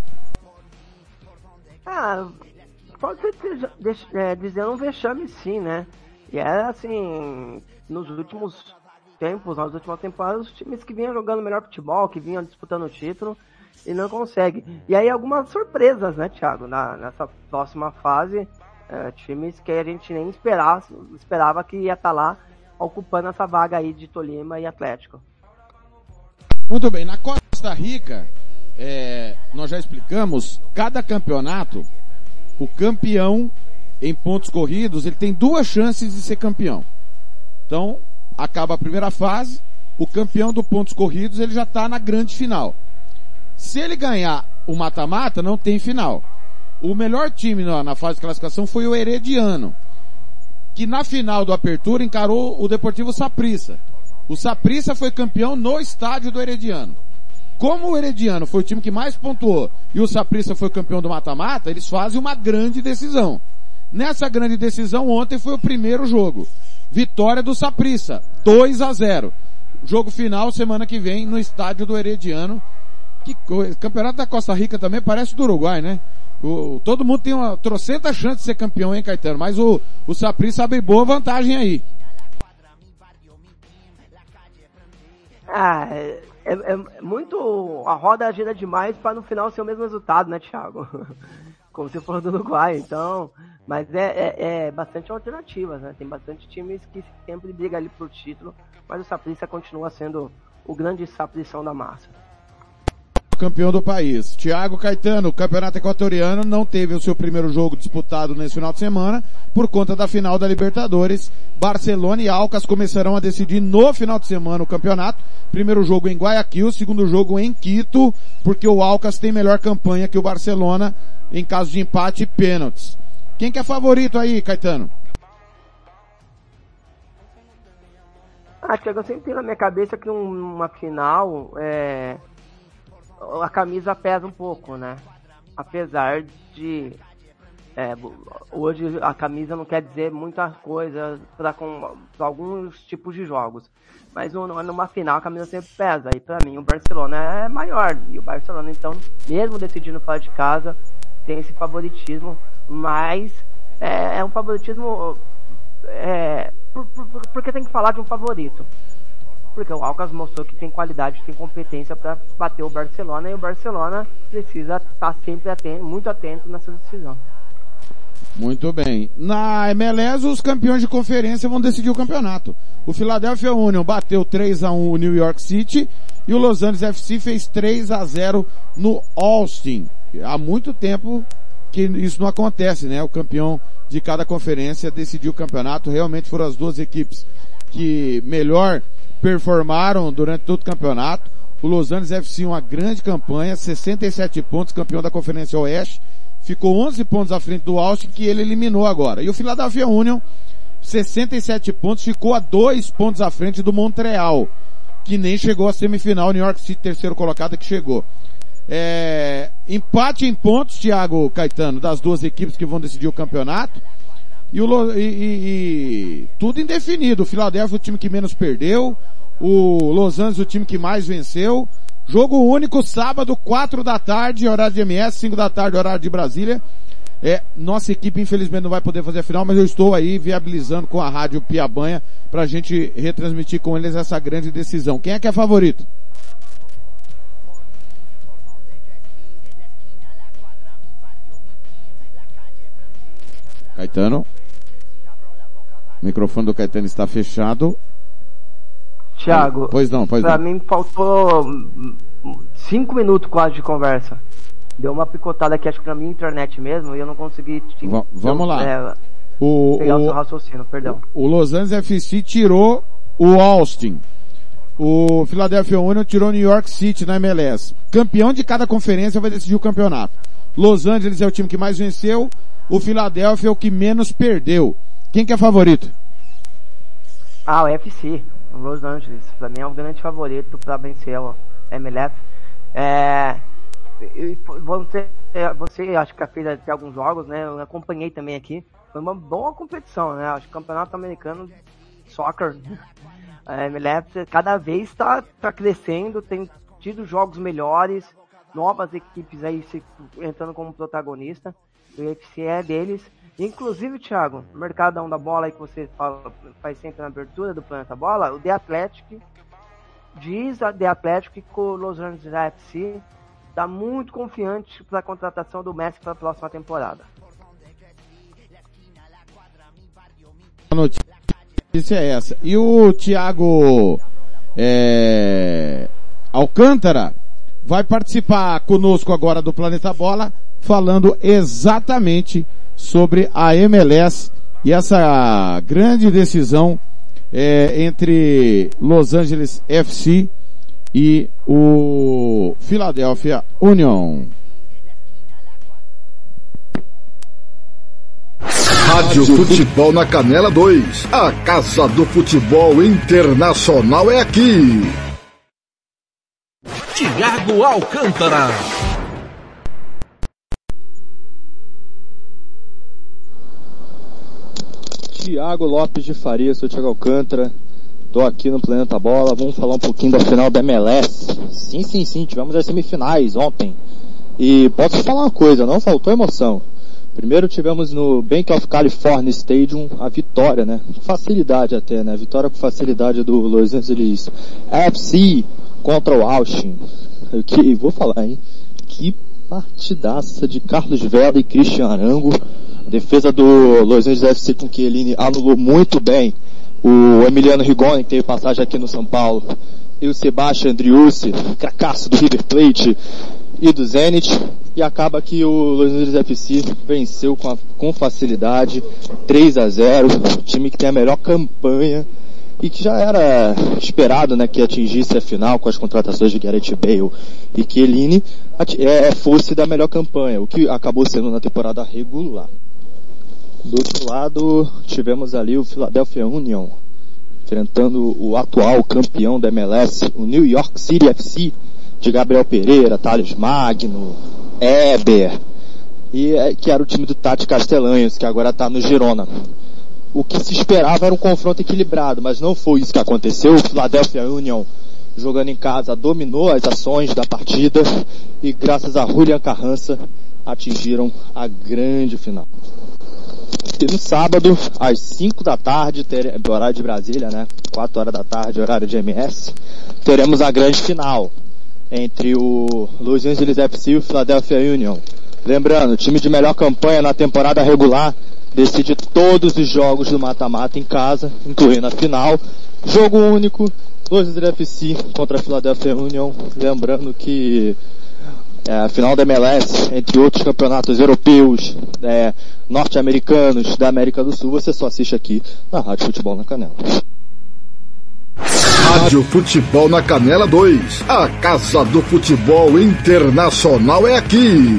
Ah, pode ser é, dizer um vexame sim, né? E é assim, nos últimos tempos, nas últimas temporadas, os times que vinham jogando melhor futebol, que vinham disputando o título, e não conseguem. E aí algumas surpresas, né, Thiago? Na, nessa próxima fase, é, times que a gente nem esperava, esperava que ia estar lá ocupando essa vaga aí de Tolima e Atlético. Muito bem, na Costa Rica, é, nós já explicamos, cada campeonato, o campeão em pontos corridos, ele tem duas chances de ser campeão. Então, acaba a primeira fase, o campeão do pontos corridos, ele já está na grande final. Se ele ganhar o mata-mata, não tem final. O melhor time na, na fase de classificação foi o Herediano, que na final do Apertura encarou o Deportivo Saprissa. O Saprissa foi campeão no estádio do Herediano. Como o Herediano foi o time que mais pontuou e o Saprissa foi campeão do mata-mata, eles fazem uma grande decisão. Nessa grande decisão, ontem foi o primeiro jogo. Vitória do Saprissa, dois a zero. Jogo final semana que vem no estádio do Herediano. Que coisa. Campeonato da Costa Rica também parece do Uruguai, né? O, todo mundo tem uma trocenta chance de ser campeão, hein, Caetano? Mas o, o Saprissa abre boa vantagem aí. Ah, é, é muito... A roda gira demais para no final ser o mesmo resultado, né, Thiago? Como se for do Uruguai, então... Mas é, é, é bastante alternativas, né? Tem bastante times que sempre brigam ali por título, mas o Saprissa continua sendo o grande saprição da massa. Campeão do país. Thiago Caetano, o campeonato equatoriano não teve o seu primeiro jogo disputado nesse final de semana por conta da final da Libertadores. Barcelona e Alcas começarão a decidir no final de semana o campeonato. Primeiro jogo em Guayaquil, segundo jogo em Quito, porque o Alcas tem melhor campanha que o Barcelona em caso de empate e pênaltis. Quem que é favorito aí, Caetano? Ah, Thiago, eu sempre tenho na minha cabeça que numa final, é... a camisa pesa um pouco, né? Apesar de é, hoje a camisa não quer dizer muita coisa para alguns tipos de jogos, mas numa final a camisa sempre pesa. E para mim o Barcelona é maior, e o Barcelona então, mesmo decidindo fora de casa, tem esse favoritismo, mas é, é um favoritismo é, por, por, porque tem que falar de um favorito. Porque o Alcas mostrou que tem qualidade, tem competência para bater o Barcelona, e o Barcelona precisa estar sempre atento, muito atento nessa decisão. Muito bem. Na M L S, os campeões de conferência vão decidir o campeonato. O Philadelphia Union bateu três a um o New York City e o Los Angeles F C fez três a zero no Austin. Há muito tempo que isso não acontece, né? O campeão de cada conferência decidiu o campeonato. Realmente foram as duas equipes que melhor performaram durante todo o campeonato. O Los Angeles F C uma grande campanha, sessenta e sete pontos, campeão da Conferência Oeste. Ficou onze pontos à frente do Austin, que ele eliminou agora. E o Philadelphia Union, sessenta e sete pontos, ficou a dois pontos à frente do Montreal, que nem chegou à semifinal. New York City, terceiro colocado, que chegou. É, empate em pontos, Thiago Caetano, das duas equipes que vão decidir o campeonato. E, o, e, e, e tudo indefinido. O Philadelphia, o time que menos perdeu. O Los Angeles, o time que mais venceu. Jogo único, sábado, quatro da tarde, horário de M S, cinco da tarde, horário de Brasília. É, nossa equipe infelizmente não vai poder fazer a final, mas eu estou aí viabilizando com a Rádio Piabanha pra gente retransmitir com eles essa grande decisão. Quem é que é favorito? Caetano? O microfone do Caetano está fechado. Thiago, pois não, pois pra não. mim faltou cinco minutos quase de conversa. Deu uma picotada aqui, acho que pra mim, internet mesmo, e eu não consegui... Te, v- vamos lá. É, o, pegar o, o seu raciocínio, perdão. O Los Angeles F C tirou o Austin. O Philadelphia Union tirou o New York City na M L S. Campeão de cada conferência vai decidir o campeonato. Los Angeles é o time que mais venceu. O Philadelphia é o que menos perdeu. Quem que é favorito? Ah, o F C, o Los Angeles. Pra mim é um grande favorito pra vencer o M L S. É, você, você acho que fez até alguns jogos, né? Eu acompanhei também aqui. Foi uma boa competição, né? Acho que o campeonato americano soccer, a M L S, cada vez está tá crescendo, tem tido jogos melhores, novas equipes aí se, entrando como protagonista. O U F C é deles. Inclusive, Thiago, o mercadão da bola aí que você fala, faz sempre na abertura do Planeta Bola, o The Athletic diz a The Athletic que o Los Angeles F C está muito confiante para a contratação do Messi para a próxima temporada. A notícia é essa. E o Thiago é, Alcântara vai participar conosco agora do Planeta Bola, falando exatamente sobre a M L S e essa grande decisão é, entre Los Angeles F C e o Philadelphia Union. Rádio Futebol na Canela dois. A Casa do Futebol Internacional é aqui. Thiago Alcântara. Thiago Lopes de Faria, sou Thiago Alcântara, tô aqui no Planeta Bola, vamos falar um pouquinho da final da M L S. Sim, sim, sim, tivemos as semifinais ontem. E posso te falar uma coisa, não faltou emoção. Primeiro tivemos no Bank of California Stadium a vitória, né? Facilidade até, né? Vitória com facilidade do Los Angeles F C contra o Austin. Que, vou falar, hein? Que partidaça de Carlos Vela e Christian Arango. A defesa do Los Angeles F C com que ele anulou muito bem o Emiliano Rigoni, que teve passagem aqui no São Paulo, e o Sebastian Driussi, cracaço do River Plate e do Zenit, e acaba que o Los Angeles F C venceu com, a, com facilidade, três a zero, time que tem a melhor campanha e que já era esperado, né, que atingisse a final com as contratações de Gareth Bale e Chiellini, é, fosse da melhor campanha, o que acabou sendo na temporada regular. Do outro lado, tivemos ali o Philadelphia Union, enfrentando o atual campeão da M L S, o New York City F C, de Gabriel Pereira, Thales Magno, Eber, e, que era o time do Tati Castelanhos, que agora está no Girona. O que se esperava era um confronto equilibrado, mas não foi isso que aconteceu. O Philadelphia Union, jogando em casa, dominou as ações da partida e, graças a Julian Carrança, atingiram a grande final. E no sábado, às cinco da tarde, tere... horário de Brasília, né? quatro horas da tarde, horário de M S, teremos a grande final entre o Los Angeles F C e o Philadelphia Union. Lembrando, o time de melhor campanha na temporada regular decide todos os jogos do mata-mata em casa, incluindo a final. Jogo único, Los Angeles F C contra a Philadelphia Union. Lembrando que é, a final da M L S, entre outros campeonatos europeus, é, norte-americanos, da América do Sul, você só assiste aqui na Rádio Futebol na Canela. Rádio Futebol na Canela dois. A Casa do Futebol Internacional é aqui.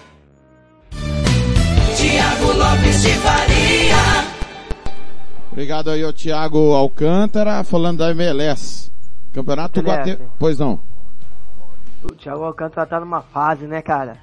Thiago Lopes de Faria. Obrigado aí ao Thiago Alcântara, falando da M L S. Campeonato Guate... Pois não. O Thiago Alcântara tá numa fase, né, cara?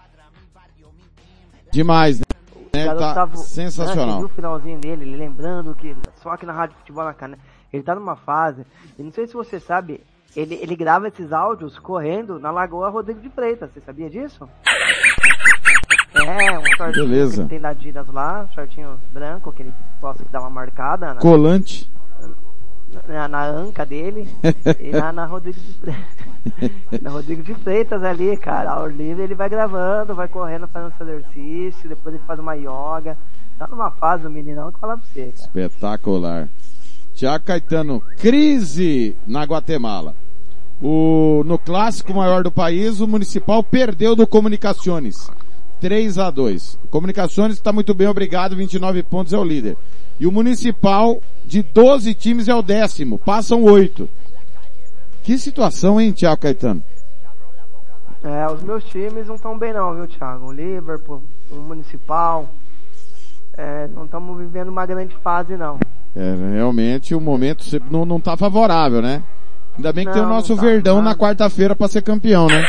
Demais, né? Ele tá tava... sensacional. Você viu o finalzinho dele, ele lembrando que só aqui na Rádio Futebol na Canela. Ele tá numa fase, e não sei se você sabe, ele, ele grava esses áudios correndo na Lagoa Rodrigo de Freitas, você sabia disso? É, um shortinho Beleza. que ele tem da Adidas lá, um shortinho branco, que ele gosta de dar uma marcada. Na, Colante. Na, na anca dele, e na, na Rodrigo de Freitas. Na Rodrigo de Freitas ali, cara, ao livre ele vai gravando, vai correndo, fazendo seu exercício, depois ele faz uma yoga. Tá numa fase o meninão que fala pra você, cara. Espetacular. Tiago Caetano, crise na Guatemala. O, no clássico maior do país, o Municipal perdeu do Comunicaciones. três a dois. O Comunicaciones está muito bem, obrigado, vinte e nove pontos, é o líder. E o Municipal, de doze times, é o décimo. Passam oito. Que situação, hein, Tiago Caetano? É, os meus times não estão bem não, viu, Thiago? O Liverpool, o Municipal, é, não estamos vivendo uma grande fase, não. É, realmente o momento não, não tá favorável, né? Ainda bem que Não, tem o nosso tá, Verdão não. na quarta-feira pra ser campeão, né?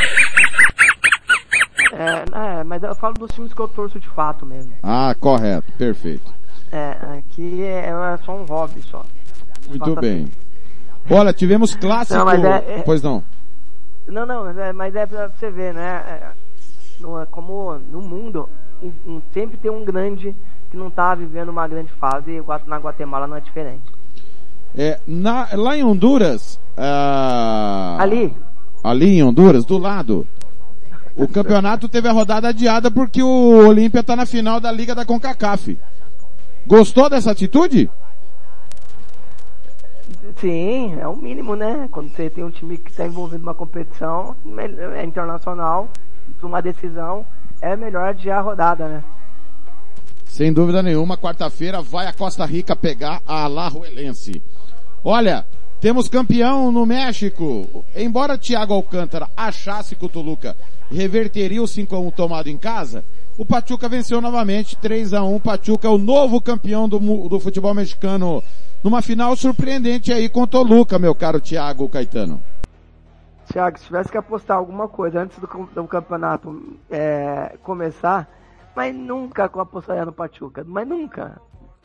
É, é, mas eu falo dos times que eu torço de fato mesmo. Ah, correto, perfeito. É, aqui é, é só um hobby só. Muito Só tá bem. assim. Olha, tivemos clássico... Não, mas é- é- Pois não. Não, não, mas é, mas é pra você ver, né? É, no- é como no mundo, um- um- sempre tem um grande que não tá vivendo uma grande fase, e Gua- na Guatemala não é diferente. É, na, lá em Honduras... ah, Ali, Ali em Honduras, do lado... O campeonato teve a rodada adiada porque o Olímpia tá na final da Liga da CONCACAF. Gostou dessa atitude? sim, é o mínimo, né? Quando você tem um time que está envolvido numa competição é internacional, uma decisão, é melhor adiar a rodada, né? Sem dúvida nenhuma, quarta-feira vai a Costa Rica pegar a Alajuelense. Olha, temos campeão no México. Embora Thiago Alcântara achasse que o Toluca reverteria o cinco a um tomado em casa, o Pachuca venceu novamente três a um. Pachuca é o novo campeão do, mu- do futebol mexicano numa final surpreendente aí com o Toluca, meu caro Thiago Caetano. Thiago, se tivesse que apostar alguma coisa antes do, cam- do campeonato é, começar, mas nunca eu apostaria no Pachuca, mas nunca.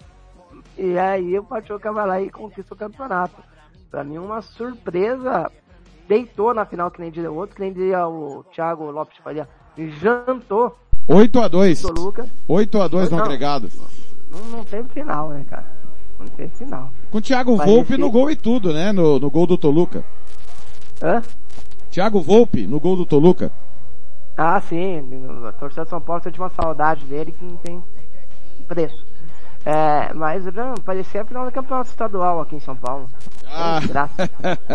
E aí o Pachuca vai lá e conquista o campeonato. Pra mim uma surpresa, deitou na final que nem diria o outro, que nem diria o Thiago Lopes de Faria, jantou oito a dois. o Toluca. oito a dois no Não. agregado. Não, não teve final, né, cara? Não teve final. Com o Thiago Mas Volpe esse- no gol e tudo, né? No, no gol do Toluca. Hã? Thiago Volpe no gol do Toluca. Ah, sim, a torcida de São Paulo sente uma saudade dele que não tem preço. É, mas não, parecia a final do campeonato estadual aqui em São Paulo. Ah. Graça.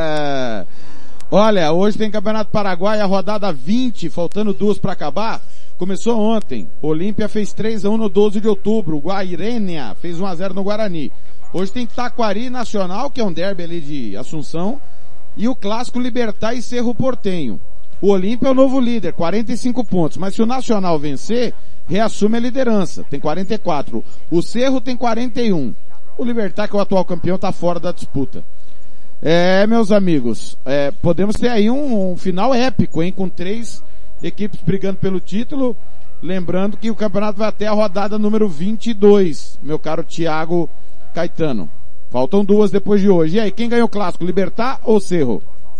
Olha, hoje tem Campeonato Paraguai, a rodada vinte, faltando duas para acabar. Começou ontem. Olímpia fez três a um no doze de outubro. Guairênia fez um a zero no Guarani. Hoje tem Taquari Nacional, que é um derby ali de Assunção. E o clássico Libertad e Cerro Portenho. O Olímpia é o novo líder, quarenta e cinco pontos. Mas se o Nacional vencer, reassume a liderança. Tem quarenta e quatro. O Cerro tem quarenta e um. O Libertad, que é o atual campeão, está fora da disputa. É, meus amigos, é, podemos ter aí um, um final épico, hein? Com três equipes brigando pelo título. Lembrando que o campeonato vai até a rodada número vinte e dois, meu caro Thiago Caetano. Faltam duas depois de hoje. E aí, quem ganhou o clássico? Libertad ou Cerro?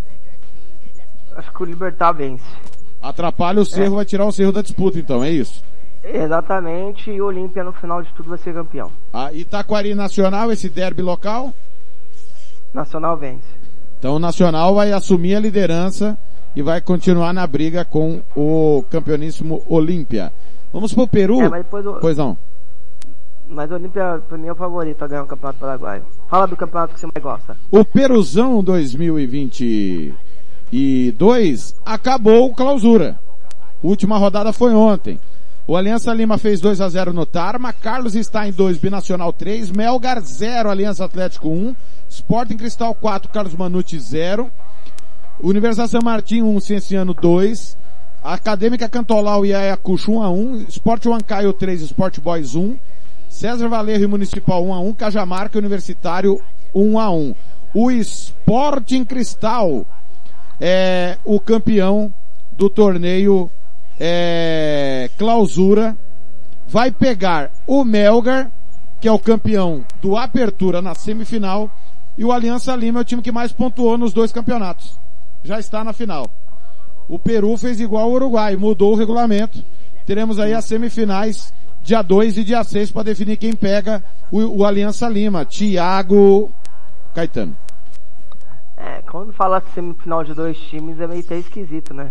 Acho que o Libertad vence. Atrapalha o Cerro, é. Vai tirar o Cerro da disputa então, é isso? Exatamente, e o Olímpia no final de tudo vai ser campeão. Ah, Itaquari Nacional, esse derby local? Nacional vence. Então o Nacional vai assumir a liderança e vai continuar na briga com o campeoníssimo Olímpia. Vamos pro Peru? É, mas depois o... Pois não. Mas o Olímpia, pra mim, é o favorito a ganhar o Campeonato Paraguaio. Fala do campeonato que você mais gosta. O Peruzão dois mil e vinte e dois acabou clausura. Última rodada foi ontem. O Aliança Lima fez dois a zero no Tarma, Carlos Stein dois, Binacional três, Melgar zero, Aliança Atlético um, Sporting Cristal quatro, Carlos Manucci zero, Universidade San Martín um, Cienciano dois, Acadêmica Cantolau e Ayacucho um a um, Sport Huancayo três, Sport Boys um, César Valerro e Municipal um a um, Cajamarca e Universitário um a um. O Sporting Cristal é o campeão do torneio é, clausura, vai pegar o Melgar, que é o campeão do Apertura na semifinal, e o Aliança Lima é o time que mais pontuou nos dois campeonatos. Já está na final. O Peru fez igual ao Uruguai, mudou o regulamento. Teremos aí as semifinais dia dois e dia seis para definir quem pega o, o Aliança Lima. Thiago Caetano. É, quando fala semifinal de dois times é meio até esquisito, né?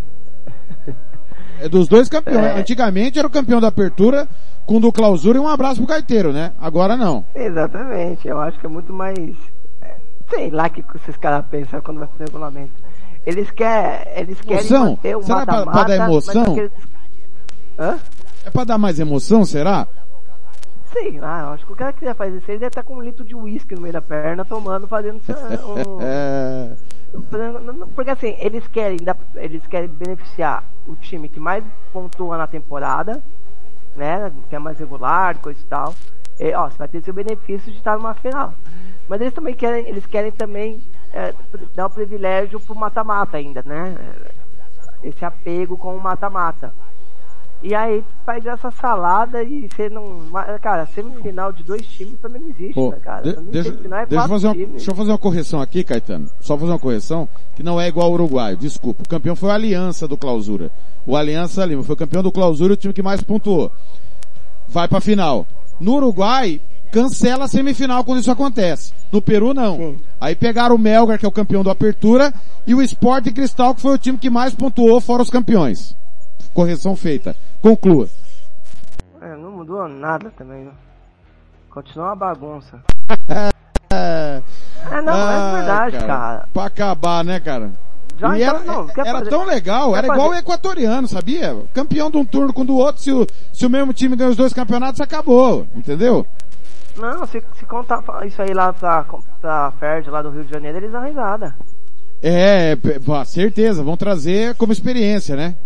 É dos dois campeões. É. Antigamente era o campeão da Apertura com o do Clausura e um abraço pro Gaiteiro, né? Agora não. Exatamente, eu acho que é muito mais... é, sei lá o que esses caras pensam quando vai fazer regulamento. Eles, quer, eles querem Emoção? manter o Será pra- mata-mata... pra dar emoção? mas aqueles... Hã? É pra dar mais emoção, será? Sei lá, eu acho que o cara que quiser fazer isso, ele deve estar com um litro de uísque no meio da perna, tomando, fazendo um... É... Porque assim, eles querem, eles querem beneficiar o time que mais pontua na temporada, né? Que é mais regular, coisa e tal. E, ó, você vai ter seu benefício de estar numa final. Mas eles também querem, eles querem também é, dá o privilégio pro mata-mata ainda, né? Esse apego com o mata-mata. E aí faz essa salada e você não... Cara, semifinal de dois times também não existe, Pô, né, cara? De, deixa, é deixa, eu fazer uma, deixa eu fazer uma correção aqui, Caetano. Só fazer uma correção, que não é igual ao Uruguai, desculpa. O campeão foi o Aliança do Clausura. O Aliança Lima foi o campeão do Clausura e o time que mais pontuou. Vai pra final. No Uruguai, cancela a semifinal quando isso acontece. No Peru, não. Sim. Aí pegaram o Melgar, que é o campeão do Apertura, e o Sport Cristal, que foi o time que mais pontuou fora os campeões. Correção feita. Conclua. É, não mudou nada também, né? Continua uma bagunça. é, não, ah, é verdade, cara. cara. Pra acabar, né, cara? Já e então, era, não, era fazer... tão legal, quer era fazer... igual o equatoriano, sabia? Campeão de um turno com o do outro, se o, se o mesmo time ganha os dois campeonatos, acabou, entendeu? Não, se, se contar isso aí lá pra, pra Ferd, lá do Rio de Janeiro, eles dão risada. É, pô, certeza, vão trazer como experiência, né?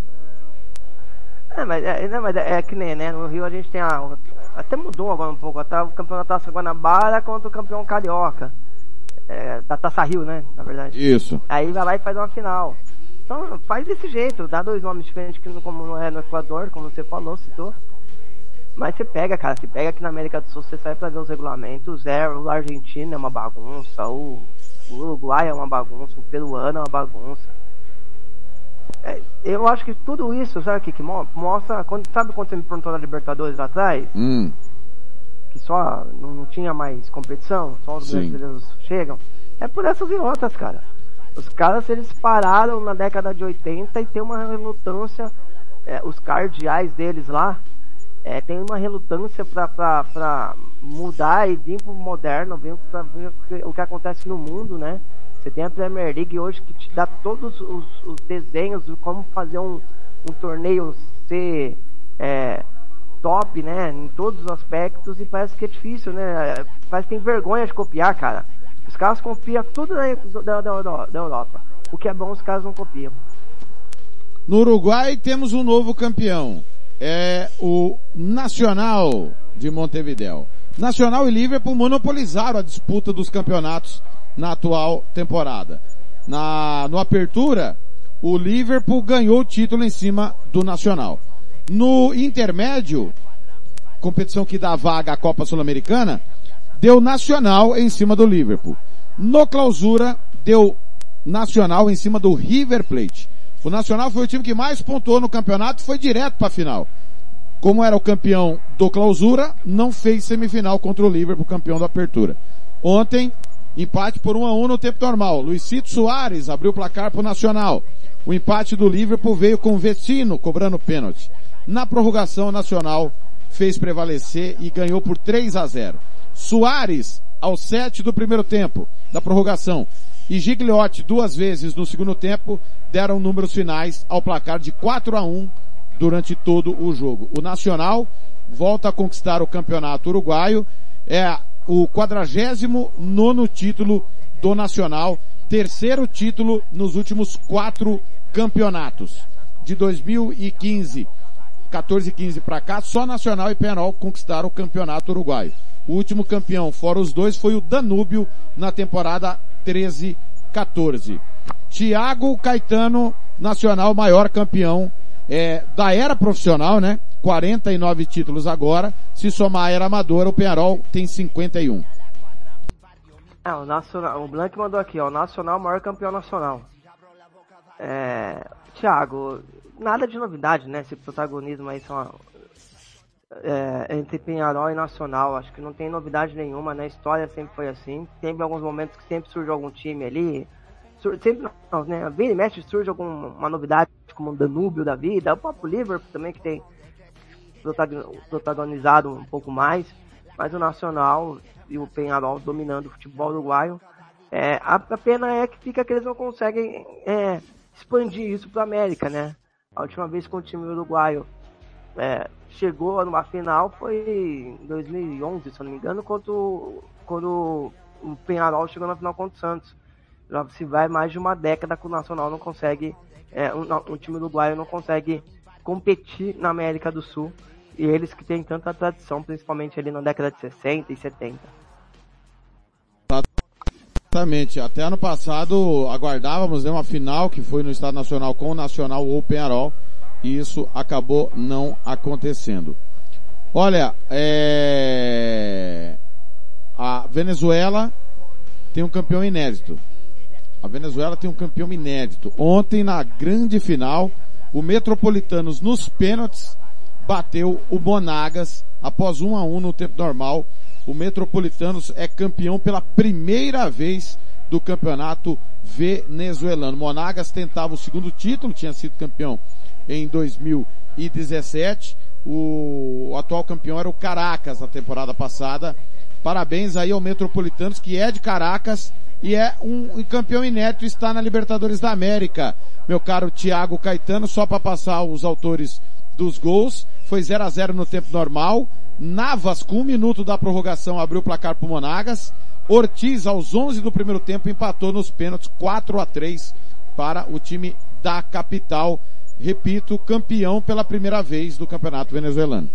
É, mas é, não, mas é, é que nem, né? No Rio a gente tem a... Até mudou agora um pouco, até o campeão da Taça Guanabara contra o campeão carioca. É, da Taça Rio, né? Na verdade. Isso. Aí vai lá e faz uma final. Então faz desse jeito, dá dois nomes diferentes que não, como não é no Equador, como você falou, citou. Mas você pega, cara, você pega aqui na América do Sul, você sai pra ver os regulamentos, é, o argentino é uma bagunça, o, o Uruguai é uma bagunça, o peruano é uma bagunça. É, eu acho que tudo isso, sabe o que, que mostra, quando, sabe quando você me perguntou na Libertadores lá atrás? Hum. Que só não, não tinha mais competição, só os Sim. brasileiros chegam. É por essas e outras, cara. Os caras, eles pararam na década de oitenta e tem uma relutância, é, os cardeais deles lá, é, tem uma relutância pra, pra, pra mudar e vir pro moderno, vir pra ver o que acontece no mundo, né? Você tem a Premier League hoje que te dá todos os, os desenhos de como fazer um, um torneio ser é, top, né? Em todos os aspectos, e parece que é difícil, né? Parece que tem vergonha de copiar, cara. Os caras copiam tudo da, da, da, da Europa. O que é bom, os caras não copiam. No Uruguai temos um novo campeão. É o Nacional de Montevidéu. Nacional e Liverpool monopolizaram a disputa dos campeonatos na atual temporada. Na, no Apertura, o Liverpool ganhou o título em cima do Nacional. No Intermédio, competição que dá vaga à Copa Sul-Americana, deu Nacional em cima do Liverpool. No Clausura, deu Nacional em cima do River Plate. O Nacional foi o time que mais pontuou no campeonato e foi direto para a final. Como era o campeão do Clausura, não fez semifinal contra o Liverpool, campeão da Apertura. Ontem, empate por um a um no tempo normal. Luizito Soares abriu o placar para o Nacional. O empate do Liverpool veio com o Vecino cobrando pênalti. Na prorrogação, o Nacional fez prevalecer e ganhou por três a zero. Soares, aos sete do primeiro tempo, da prorrogação, e Gigliotti, duas vezes no segundo tempo, deram números finais ao placar de quatro a um durante todo o jogo. O Nacional volta a conquistar o campeonato uruguaio, é o quadragésimo nono título do Nacional, terceiro título nos últimos quatro campeonatos. De dois mil e quinze, quatorze e quinze para cá, só Nacional e Penharol conquistaram o campeonato uruguaio. O último campeão, fora os dois, foi o Danúbio na temporada treze quatorze. Thiago Caetano, Nacional, maior campeão é, da era profissional, né? quarenta e nove títulos agora. Se somar a era amadora, o Penharol tem cinquenta e um. É, o Nacional, o Blank mandou aqui, ó, o Nacional, maior campeão nacional. É, Thiago, nada de novidade, né? Esse protagonismo aí são, é, entre Penharol e Nacional. Acho que não tem novidade nenhuma, né? A história sempre foi assim. Tem alguns momentos que sempre surge algum time ali. Sur- sempre não, né? Vira e mexe surge alguma novidade, como um Danúbio da vida. O próprio Liverpool também, que tem protagonizado um pouco mais. Mas o Nacional e o Penharol dominando o futebol uruguaio. É, a, a pena é que fica que eles não conseguem é, expandir isso para a América, né? A última vez que o time uruguaio é, chegou numa final foi em dois mil e onze, se eu não me engano, quando, quando o Penharol chegou na final contra o Santos. Já se vai mais de uma década que o Nacional não consegue, é, um, um time uruguaio não consegue competir na América do Sul. E eles que têm tanta tradição, principalmente ali na década de sessenta e setenta. Exatamente. Até ano passado aguardávamos, né, uma final que foi no Estado Nacional com o Nacional ou Penharol, e isso acabou não acontecendo. Olha, é... a Venezuela tem um campeão inédito. A Venezuela tem um campeão inédito. Ontem, na grande final, o Metropolitanos, nos pênaltis, bateu o Monagas após um a um no tempo normal. O Metropolitanos é campeão pela primeira vez do campeonato venezuelano. Monagas tentava o segundo título, tinha sido campeão em dois mil e dezessete. O atual campeão era o Caracas na temporada passada. Parabéns aí ao Metropolitanos, que é de Caracas e é um campeão inédito, está na Libertadores da América. Meu caro Thiago Caetano, só para passar os autores dos gols, foi zero a zero no tempo normal. Navas, com um minuto da prorrogação, abriu o placar pro Monagas. Ortiz, aos onze do primeiro tempo, empatou nos pênaltis quatro a três para o time da capital. Repito, campeão pela primeira vez do campeonato venezuelano.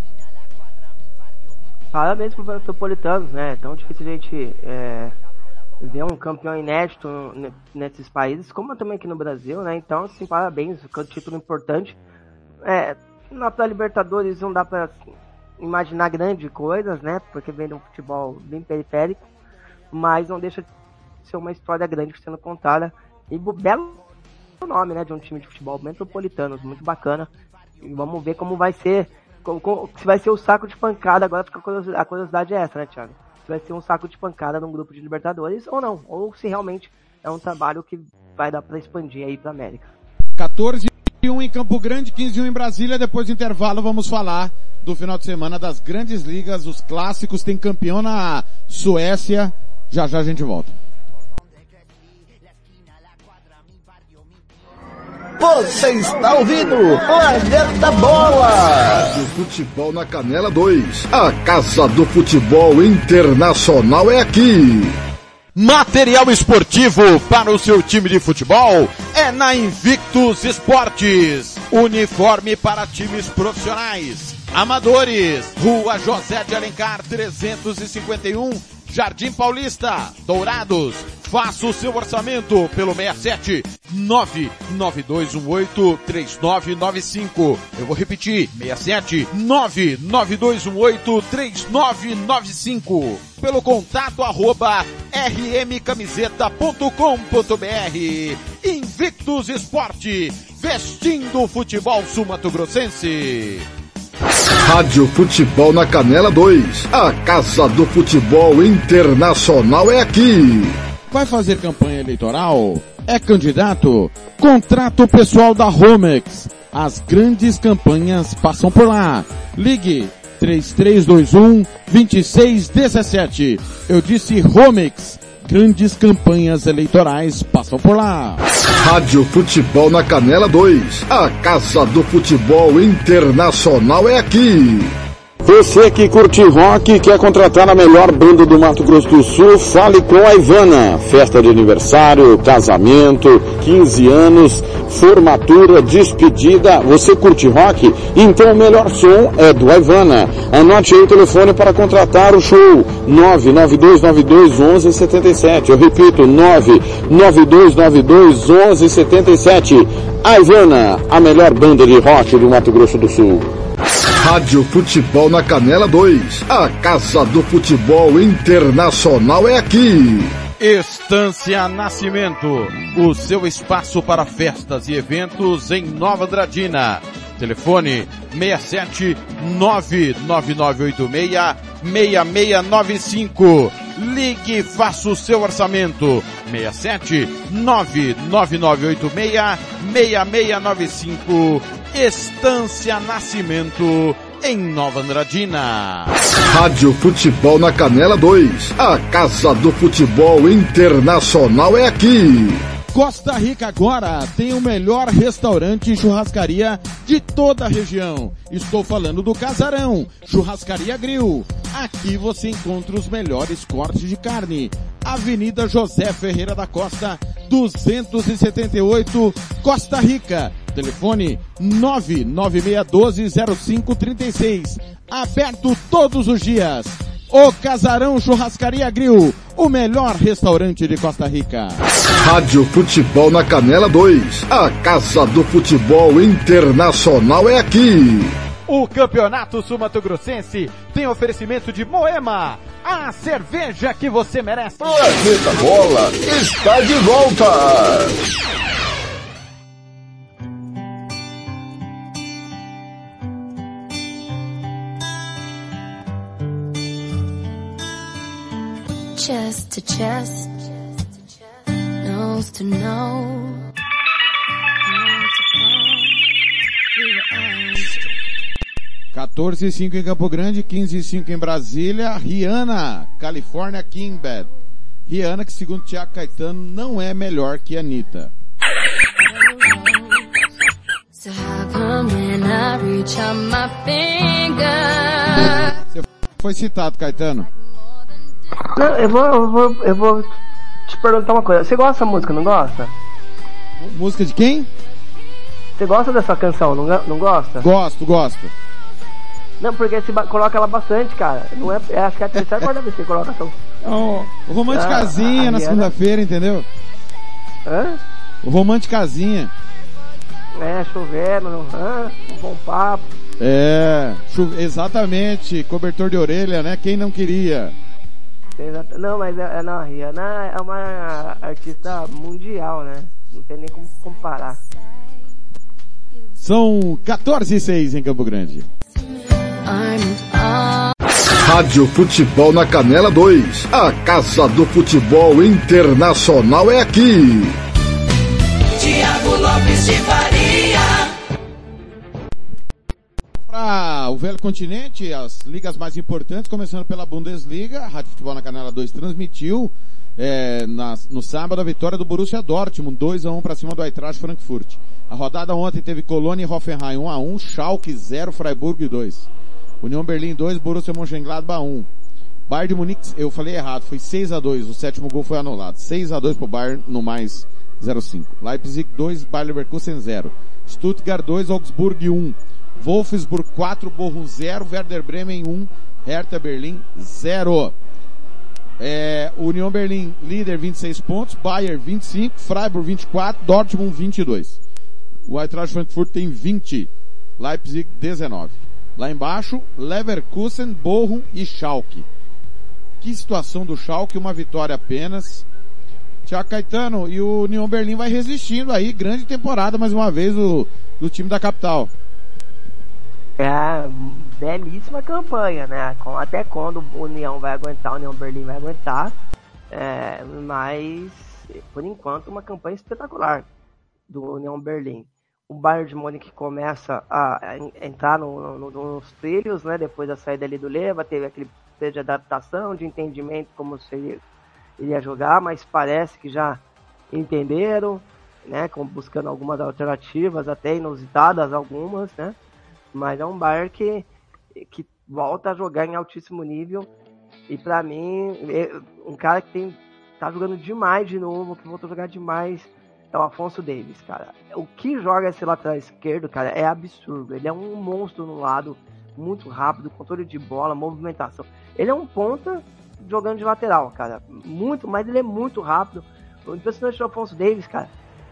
Parabéns pro Metropolitanos, né? É tão difícil a gente é, ver um campeão inédito nesses países, como também aqui no Brasil, né? Então, assim, parabéns, é um título importante. É, na Libertadores não dá pra imaginar grandes coisas, né? Porque vem de um futebol bem periférico, mas não deixa de ser uma história grande sendo contada. E belo nome, né? De um time de futebol, Metropolitanos, muito bacana. E vamos ver como vai ser, como, como, se vai ser o saco de pancada agora, porque a curiosidade é essa, né, Thiago? Se vai ser um saco de pancada num grupo de Libertadores ou não, ou se realmente é um trabalho que vai dar pra expandir aí pra América. quatorze e um em Campo Grande, quinze e um em Brasília. Depois do intervalo vamos falar do final de semana das grandes ligas, os clássicos. Tem campeão na Suécia. Já já a gente volta. Você está ouvindo Planeta Bola. Rádio Futebol na Canela dois. A Casa do Futebol Internacional é aqui. Material esportivo para o seu time de futebol é na Invictus Esportes. Uniforme para times profissionais, amadores. Rua José de Alencar trezentos e cinquenta e um, Jardim Paulista, Dourados. Faça o seu orçamento pelo seis sete nove nove dois um oito três nove nove cinco. Eu vou repetir, seis sete nove nove dois um oito três nove nove cinco. Pelo contato arroba r m camiseta ponto com ponto b r. Invictus Esporte, vestindo o futebol sul-mato-grossense. Rádio Futebol na Canela dois. A Casa do Futebol Internacional é aqui. Vai fazer campanha eleitoral? É candidato? Contrata o pessoal da Romex. As grandes campanhas passam por lá. Ligue três três dois um dois seis um sete. Eu disse Romex. Grandes campanhas eleitorais passam por lá. Rádio Futebol na Canela dois. A Casa do Futebol Internacional é aqui. Você que curte rock e quer contratar a melhor banda do Mato Grosso do Sul, fale com a Ivana. Festa de aniversário, casamento, quinze anos, formatura, despedida. Você curte rock? Então o melhor som é do Ivana. Anote aí o telefone para contratar o show. nove nove dois nove dois um um sete sete. Eu repito, nove nove dois nove dois um um sete sete. A Ivana, a melhor banda de rock do Mato Grosso do Sul. Rádio Futebol na Canela dois. A Casa do Futebol Internacional é aqui. Estância Nascimento, o seu espaço para festas e eventos em Nova Andradina. Telefone seis sete nove nove nove oito seis seis seis nove cinco. Ligue e faça o seu orçamento. seis sete nove nove nove oito seis seis seis nove cinco. Estância Nascimento, em Nova Andradina. Rádio Futebol na Canela dois. A Casa do Futebol Internacional é aqui. Costa Rica agora tem o melhor restaurante e churrascaria de toda a região. Estou falando do Casarão, Churrascaria Grill. Aqui você encontra os melhores cortes de carne. Avenida José Ferreira da Costa, duzentos e setenta e oito, Costa Rica. Telefone nove nove seis um dois zero cinco três seis. Aberto todos os dias. O Casarão Churrascaria Grill, o melhor restaurante de Costa Rica. Rádio Futebol na Canela dois, a casa do futebol internacional é aqui. O Campeonato Sul-Mato-Grossense tem oferecimento de Moema, a cerveja que você merece. Planeta Bola está de volta. Chest to chest, nose to nose. quatorze e cinco em Campo Grande, quinze e cinco em Brasília. Rihanna, California King Bed. Rihanna, que segundo Thiago Caetano, não é melhor que a Anitta. Você foi citado, Caetano. Não, eu vou, eu vou, eu vou te perguntar uma coisa. Você gosta dessa música, não gosta? Música de quem? Você gosta dessa canção, não, não gosta? Gosto, gosto. Não, porque você coloca ela bastante, cara. Não é, é, acho que é a terceira quarta vez que você coloca essa. Oh, o Romanticazinha ah, na segunda-feira, entendeu? Hã? O Romanticazinha. É, chovendo, ah, um bom papo. É, chuve, exatamente, cobertor de orelha, né? Quem não queria? Não, mas é, não, a Rihanna é uma artista mundial, né? Não tem nem como comparar. São quatorze e seis em Campo Grande. Rádio Futebol na Canela dois, a casa do futebol internacional é aqui. Tiago Lopes de Faria. Para o Velho Continente, as ligas mais importantes, começando pela Bundesliga, a Rádio Futebol na Canela dois transmitiu é, na, no sábado a vitória do Borussia Dortmund, dois a um para cima do Eintracht Frankfurt. A rodada ontem teve Colônia e Hoffenheim um a um, Schalke zero, Freiburg dois. União Berlim dois, Borussia Mönchengladbach um. Bayern de Munique, eu falei errado, foi seis a dois, o sétimo gol foi anulado. seis a dois pro Bayern no mais zero cinco. Leipzig dois, Bayer Leverkusen zero. Stuttgart dois, Augsburg um. Wolfsburg quatro, Bochum zero, Werder Bremen um, Hertha Berlim zero. É, União Berlim líder vinte e seis pontos, Bayern vinte e cinco, Freiburg vinte e quatro, Dortmund vinte e dois. O Eintracht Frankfurt tem vinte, Leipzig dezenove. Lá embaixo, Leverkusen, Bochum e Schalke. Que situação do Schalke, uma vitória apenas. Thiago Caetano, e o União Berlim vai resistindo aí, grande temporada mais uma vez do, do time da capital. É, belíssima campanha, né? Até quando o União vai aguentar, o União Berlim vai aguentar. É, mas, por enquanto, uma campanha espetacular do União Berlim. O Bayern de Munique começa a entrar no, no, nos trilhos, né? Depois da saída ali do Leva, teve aquele período de adaptação, de entendimento como seria, iria jogar, mas parece que já entenderam, né? Buscando algumas alternativas, até inusitadas algumas, né? Mas é um Bayern que, que volta a jogar em altíssimo nível. E pra mim, é um cara que tem, tá jogando demais de novo, que voltou a jogar demais, é o Afonso Davies, cara. O que joga esse lateral esquerdo, cara, é absurdo. Ele é um monstro no lado, muito rápido, controle de bola, movimentação. Ele é um ponta jogando de lateral, cara. Muito, mas ele é muito rápido. O impressionante do Afonso Davies, cara.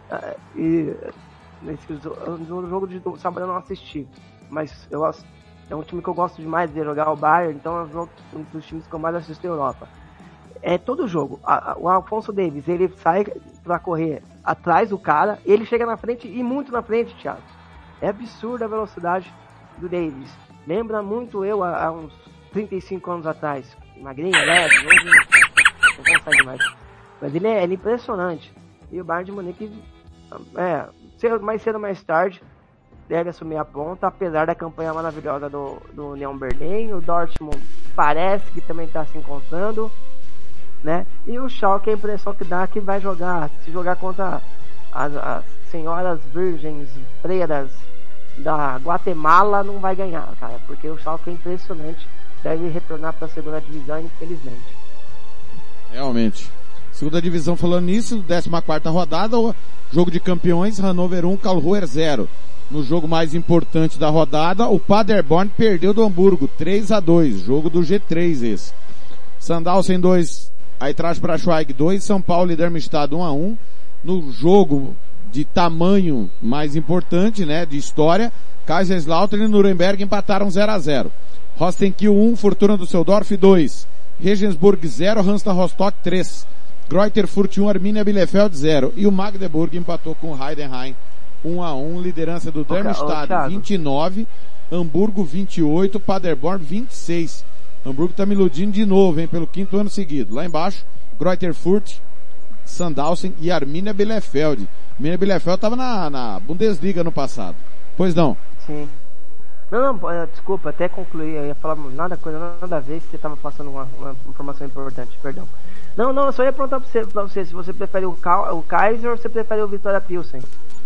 E nesse, no jogo de sábado eu não assisti. Mas eu, é um time que eu gosto demais de jogar, o Bayern, então é um dos times que eu mais assisto na Europa. É todo jogo. A, a, o Afonso Davies, ele sai pra correr atrás do cara, ele chega na frente e muito na frente, Thiago. É absurda a velocidade do Davies. Lembra muito eu há, há uns trinta e cinco anos atrás. Magrinho, leve, hoje não consegue mais. Mas ele é, ele é impressionante. E o Bayern de Munique, é, mais cedo ou mais tarde, deve assumir a ponta, apesar da campanha maravilhosa do, do União Berlim. O Dortmund parece que também está se encontrando, né? E o Schalke, a impressão que dá que vai jogar, se jogar contra as, as senhoras virgens pretas da Guatemala, não vai ganhar, cara, porque o Schalke é impressionante, deve retornar para a segunda divisão, infelizmente. Realmente. Segunda divisão, falando nisso, décima quarta rodada, o jogo de campeões, Hannover um, Karlsruhe zero. No jogo mais importante da rodada, o Paderborn perdeu do Hamburgo, três a dois, jogo do G três esse. Sandhausen dois, Eintracht Braunschweig dois, São Paulo e Darmstadt um a um. No jogo de tamanho mais importante, né, de história, Kaiserslautern e Nuremberg empataram zero a zero. Rostenkiel um, Fortuna Düsseldorf dois, Regensburg zero, Hansa Rostock três, Greuther Fürth um, Arminia Bielefeld zero, e o Magdeburg empatou com o Heidenheim um a um, liderança do Darmstadt vinte e nove, Hamburgo vinte e oito, Paderborn vinte e seis. Hamburgo tá me iludindo de novo, hein, pelo quinto ano seguido. Lá embaixo, Greuther Fürth, Sandhausen e Arminia Bielefeld. Arminia Bielefeld tava na, na Bundesliga no passado. Pois não? Sim. Não, não, desculpa, até concluir, eu ia falar nada, coisa, nada a ver, se você tava passando uma, uma informação importante, perdão. Não, não, eu só ia perguntar pra você, pra você se você prefere o, Ka- o Kaiser ou você prefere o Vitória Pilsen.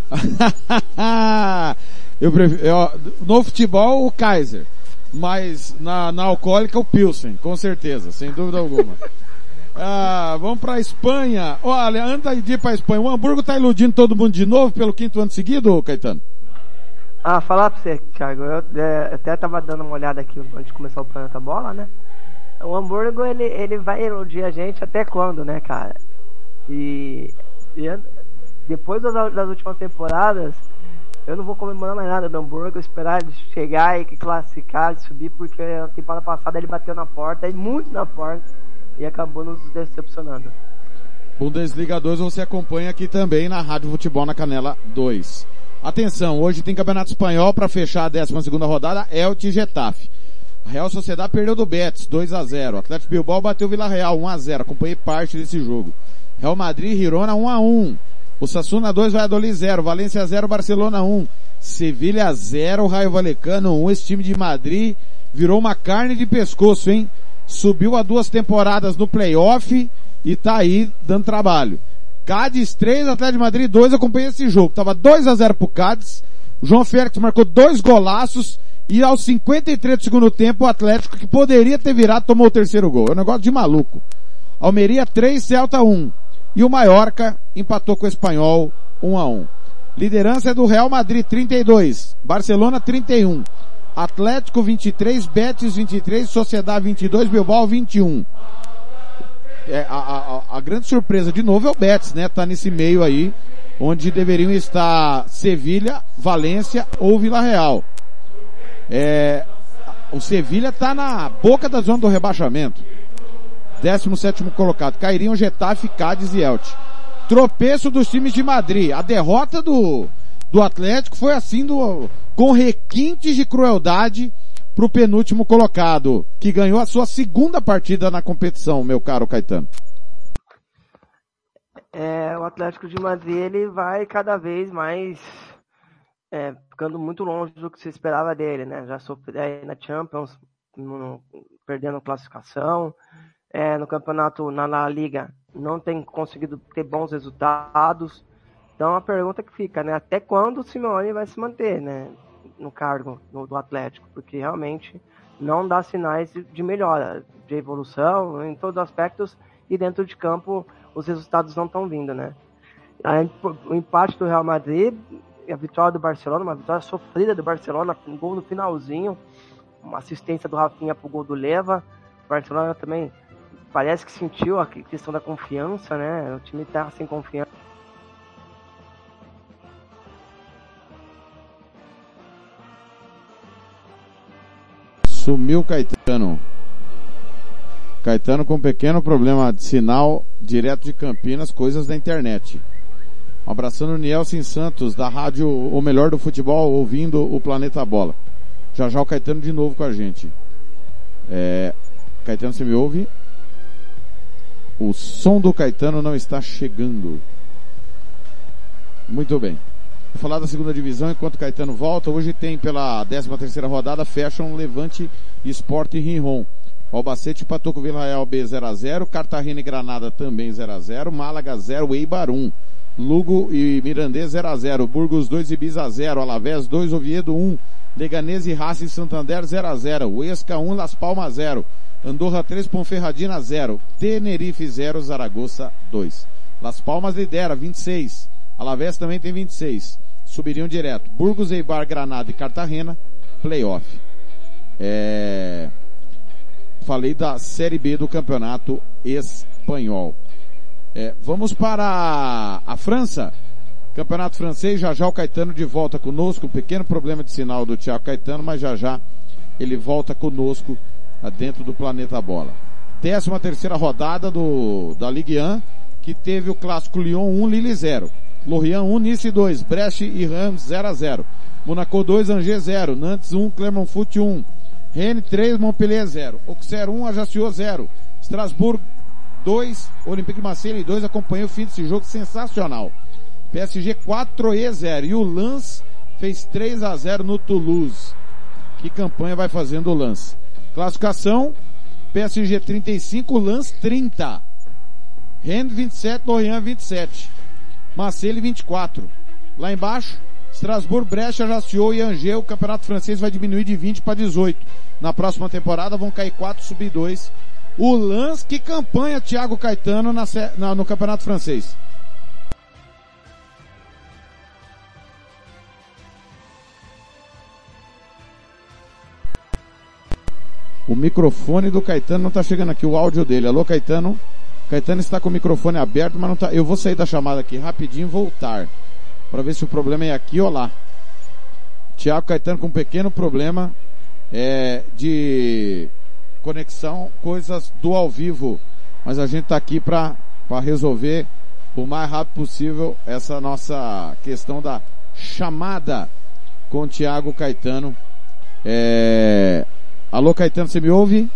eu prefiro, eu, no futebol o Kaiser, mas na, na alcoólica o Pilsen, com certeza, sem dúvida alguma. Ah, vamos pra Espanha. Olha, antes de ir pra Espanha, o Hamburgo tá iludindo todo mundo de novo pelo quinto ano seguido, Caetano? Ah, falar pra você, Thiago, eu é, até tava dando uma olhada aqui antes de começar o Planeta Bola, né? O Hamburgo, ele, ele vai iludir a gente até quando, né, cara? E, e depois das, das últimas temporadas, eu não vou comemorar mais nada do Hamburgo, esperar ele chegar e classificar, e subir, porque a temporada passada ele bateu na porta, e muito na porta, e acabou nos decepcionando. Bundesliga dois você acompanha aqui também na Rádio Futebol na Canela dois. Atenção, hoje tem Campeonato Espanhol para fechar a décima segunda rodada, Elche e Getafe. A Real Sociedad perdeu do Betis, dois a zero. Atlético Bilbao bateu o Villarreal, um a zero. Acompanhei parte desse jogo. Real Madrid, Girona, um a um. O Osasuna dois, Valladolid zero. Valência zero, Barcelona um. Sevilha zero, Raio Vallecano um. Esse time de Madrid virou uma carne de pescoço, hein? Subiu a duas temporadas no playoff e tá aí dando trabalho. Cádiz três, Atlético de Madrid dois, acompanhei esse jogo. Tava dois a zero pro Cádiz. O João Félix marcou dois golaços e aos cinquenta e três do segundo tempo o Atlético, que poderia ter virado, tomou o terceiro gol. É um negócio de maluco. Almeria três, Celta um. E o Mallorca empatou com o Espanhol um a um. Liderança é do Real Madrid trinta e dois, Barcelona trinta e um, Atlético vinte e três, Betis vinte e três, Sociedad vinte e dois, Bilbao vinte e um. É, a, a, a grande surpresa de novo é o Betis, né? Tá nesse meio aí, onde deveriam estar Sevilha, Valência ou Villarreal. É, o Sevilha tá na boca da zona do rebaixamento. décimo sétimo colocado. Cairiam Getafe, Cádiz e Elche. Tropeço dos times de Madrid. A derrota do, do Atlético foi assim, do, com requintes de crueldade pro penúltimo colocado, que ganhou a sua segunda partida na competição, meu caro Caetano. É, o Atlético de Madrid, ele vai cada vez mais é, ficando muito longe do que se esperava dele, né? Já sofreu aí na Champions, no, perdendo classificação, é, no campeonato, na La Liga, não tem conseguido ter bons resultados. Então a pergunta que fica, né? Até quando o Simeone vai se manter, né? No cargo no, do Atlético, porque realmente não dá sinais de, de melhora, de evolução em todos os aspectos, e dentro de campo os resultados não estão vindo, né? Aí, o empate do Real Madrid, a vitória do Barcelona, uma vitória sofrida do Barcelona, um gol no finalzinho, uma assistência do Rafinha pro gol do Leva. O Barcelona também parece que sentiu a questão da confiança, né? O time tá sem confiança. Sumiu Caetano. Caetano com um pequeno problema de sinal direto de Campinas, coisas da internet. Um abraçando o Nielsen Santos, da rádio O Melhor do Futebol, ouvindo o Planeta Bola. Já já o Caetano de novo com a gente. É... Caetano, você me ouve? O som do Caetano não está chegando. Muito bem. Vou falar da segunda divisão enquanto o Caetano volta. Hoje tem pela décima terceira rodada, fecham Levante e Sport Rihon. O Albacete empatou com o Villarreal B zero a zero, Cartagena e Granada também zero a zero, Málaga zero, Eibar um, Lugo e Mirandês zero a zero, Burgos dois, Ibiza zero, Alavés dois, Oviedo um, Leganés e Racing Santander zero a zero, Huesca um, Las Palmas zero, Andorra três, Ponferradina zero, Tenerife zero, Zaragoza dois. Las Palmas lidera vinte e seis, Alavés também tem vinte e seis, subiriam direto. Burgos, Eibar, Granada e Cartagena, playoff. É... falei da Série B do Campeonato Espanhol. É, vamos para a França. Campeonato francês, já já o Caetano de volta conosco. Um pequeno problema de sinal do Thiago Caetano, mas já já ele volta conosco dentro do Planeta Bola. Décima terceira rodada do, da Ligue um, que teve o clássico Lyon um, Lille zero. Lorient um, Nice dois. Brest e Reims zero a zero. Monaco dois, Angers zero. Nantes um, Clermont-Foot um. Rennes três, Montpellier zero. Auxerre um, Ajaccio zero. Strasbourg dois, Olympique de Marseille dois. Acompanhou o fim desse jogo sensacional. P S G quatro, Troyes zero. E o Lens fez três a zero no Toulouse. Que campanha vai fazendo o Lens? Classificação, P S G trinta e cinco, Lens trinta. Rennes vinte e sete, Lorient vinte e sete. Marseille vinte e quatro. Lá embaixo, Strasbourg, Brest, Ajaccio e Angers. O campeonato francês vai diminuir de vinte para dezoito. Na próxima temporada vão cair quatro, subir dois. O Lens, que campanha, Thiago Caetano, na, na, no campeonato francês? O microfone do Caetano não está chegando aqui, o áudio dele. Alô, Caetano? Caetano está com o microfone aberto, mas não tá. Eu vou sair da chamada aqui rapidinho e voltar, para ver se o problema é aqui ou lá. Thiago Caetano com um pequeno problema é, de conexão, coisas do ao vivo. Mas a gente está aqui para para resolver o mais rápido possível essa nossa questão da chamada com o Thiago Caetano. É... Alô, Caetano, você me ouve?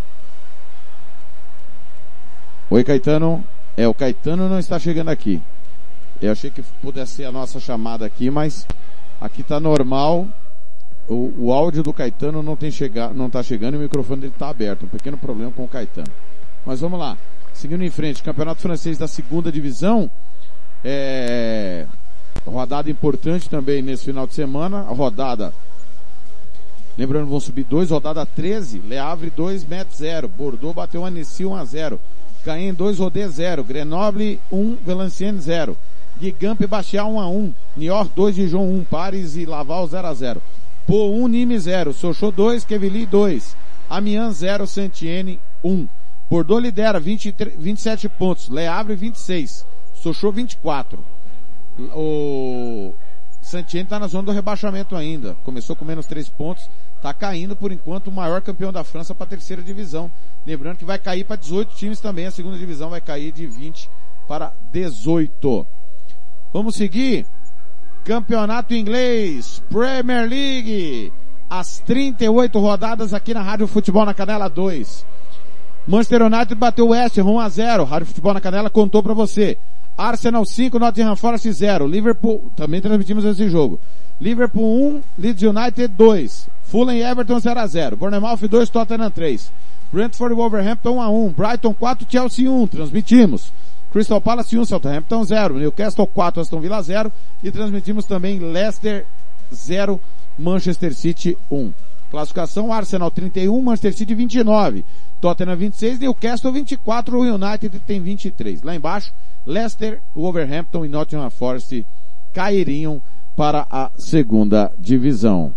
Oi, Caetano. É, o Caetano não está chegando aqui. Eu achei que pudesse ser a nossa chamada aqui, mas aqui tá normal. O, o áudio do Caetano não tem chegado, não tá chegando e o microfone dele tá aberto. Um pequeno problema com o Caetano. Mas vamos lá. Seguindo em frente, Campeonato Francês da segunda divisão. É... Rodada importante também nesse final de semana. A rodada... Lembrando, vão subir dois, rodada treze, Le Havre dois, Metz zero, Bordeaux bateu Annecy um a zero, Caen dois, Rodez zero, Grenoble um, Valenciennes zero, Guingamp e Bastia um a um, Niort dois, Dijon um, Paris e Laval zero a zero, Pau um, Nîmes zero, Sochaux dois, Quevilly dois, Amiens zero, Saint-Étienne um. Bordeaux lidera vinte, vinte e sete pontos, Le Havre vinte e seis, Sochaux vinte e quatro. O Saint-Étienne está na zona do rebaixamento ainda. Começou com menos três pontos. Está caindo, por enquanto, o maior campeão da França para a terceira divisão. Lembrando que vai cair para dezoito times também. A segunda divisão vai cair de vinte para dezoito. Vamos seguir. Campeonato inglês. Premier League. As trinta e oito rodadas aqui na Rádio Futebol na Canela dois. Manchester United bateu o West Ham um a zero. Rádio Futebol na Canela contou para você. Arsenal cinco, Nottingham Forest zero. Liverpool, também transmitimos esse jogo. Liverpool um, Leeds United dois. Fulham e Everton zero a zero. Bournemouth dois, Tottenham três. Brentford e Wolverhampton um a um. Brighton quatro, Chelsea um. Transmitimos. Crystal Palace um, Southampton zero. Newcastle quatro, Aston Villa zero. E transmitimos também Leicester zero, Manchester City um. Classificação: Arsenal trinta e um, Manchester City vinte e nove. Tottenham vinte e seis, Newcastle vinte e quatro, o United tem vinte e três. Lá embaixo, Leicester, Wolverhampton e Nottingham Forest cairiam para a segunda divisão.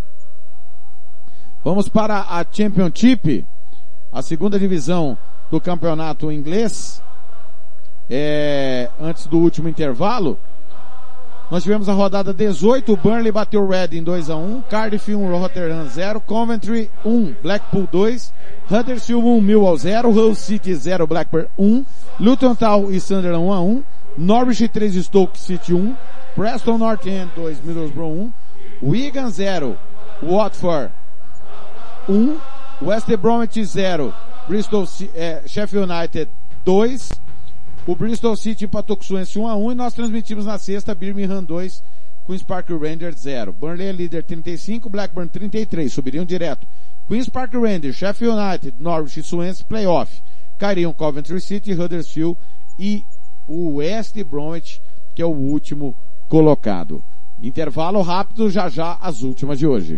Vamos para a Championship, a segunda divisão do campeonato inglês. É, antes do último intervalo, nós tivemos a rodada dezoito, o Burnley bateu o Reading dois a um, Cardiff um, Rotterdam zero, Coventry um, Blackpool dois, Huddersfield um, Millwall zero, Hull City zero, Blackburn um, Luton Town e Sunderland um a um, Norwich três, Stoke City um, Preston North End dois, Middlesbrough um, Wigan zero, Watford um, West Bromwich zero, Bristol, é, Sheffield United dois, o Bristol City empatou com o Swansea um a um e nós transmitimos na sexta Birmingham dois, Queen's Park Rangers zero. Burnley é líder trinta e cinco, Blackburn trinta e três, subiriam direto. Queen's Park Rangers, Sheffield United, Norwich e Swansea, playoff. Cairiam Coventry City, Huddersfield e o West Bromwich, que é o último colocado. Intervalo rápido, já já as últimas de hoje.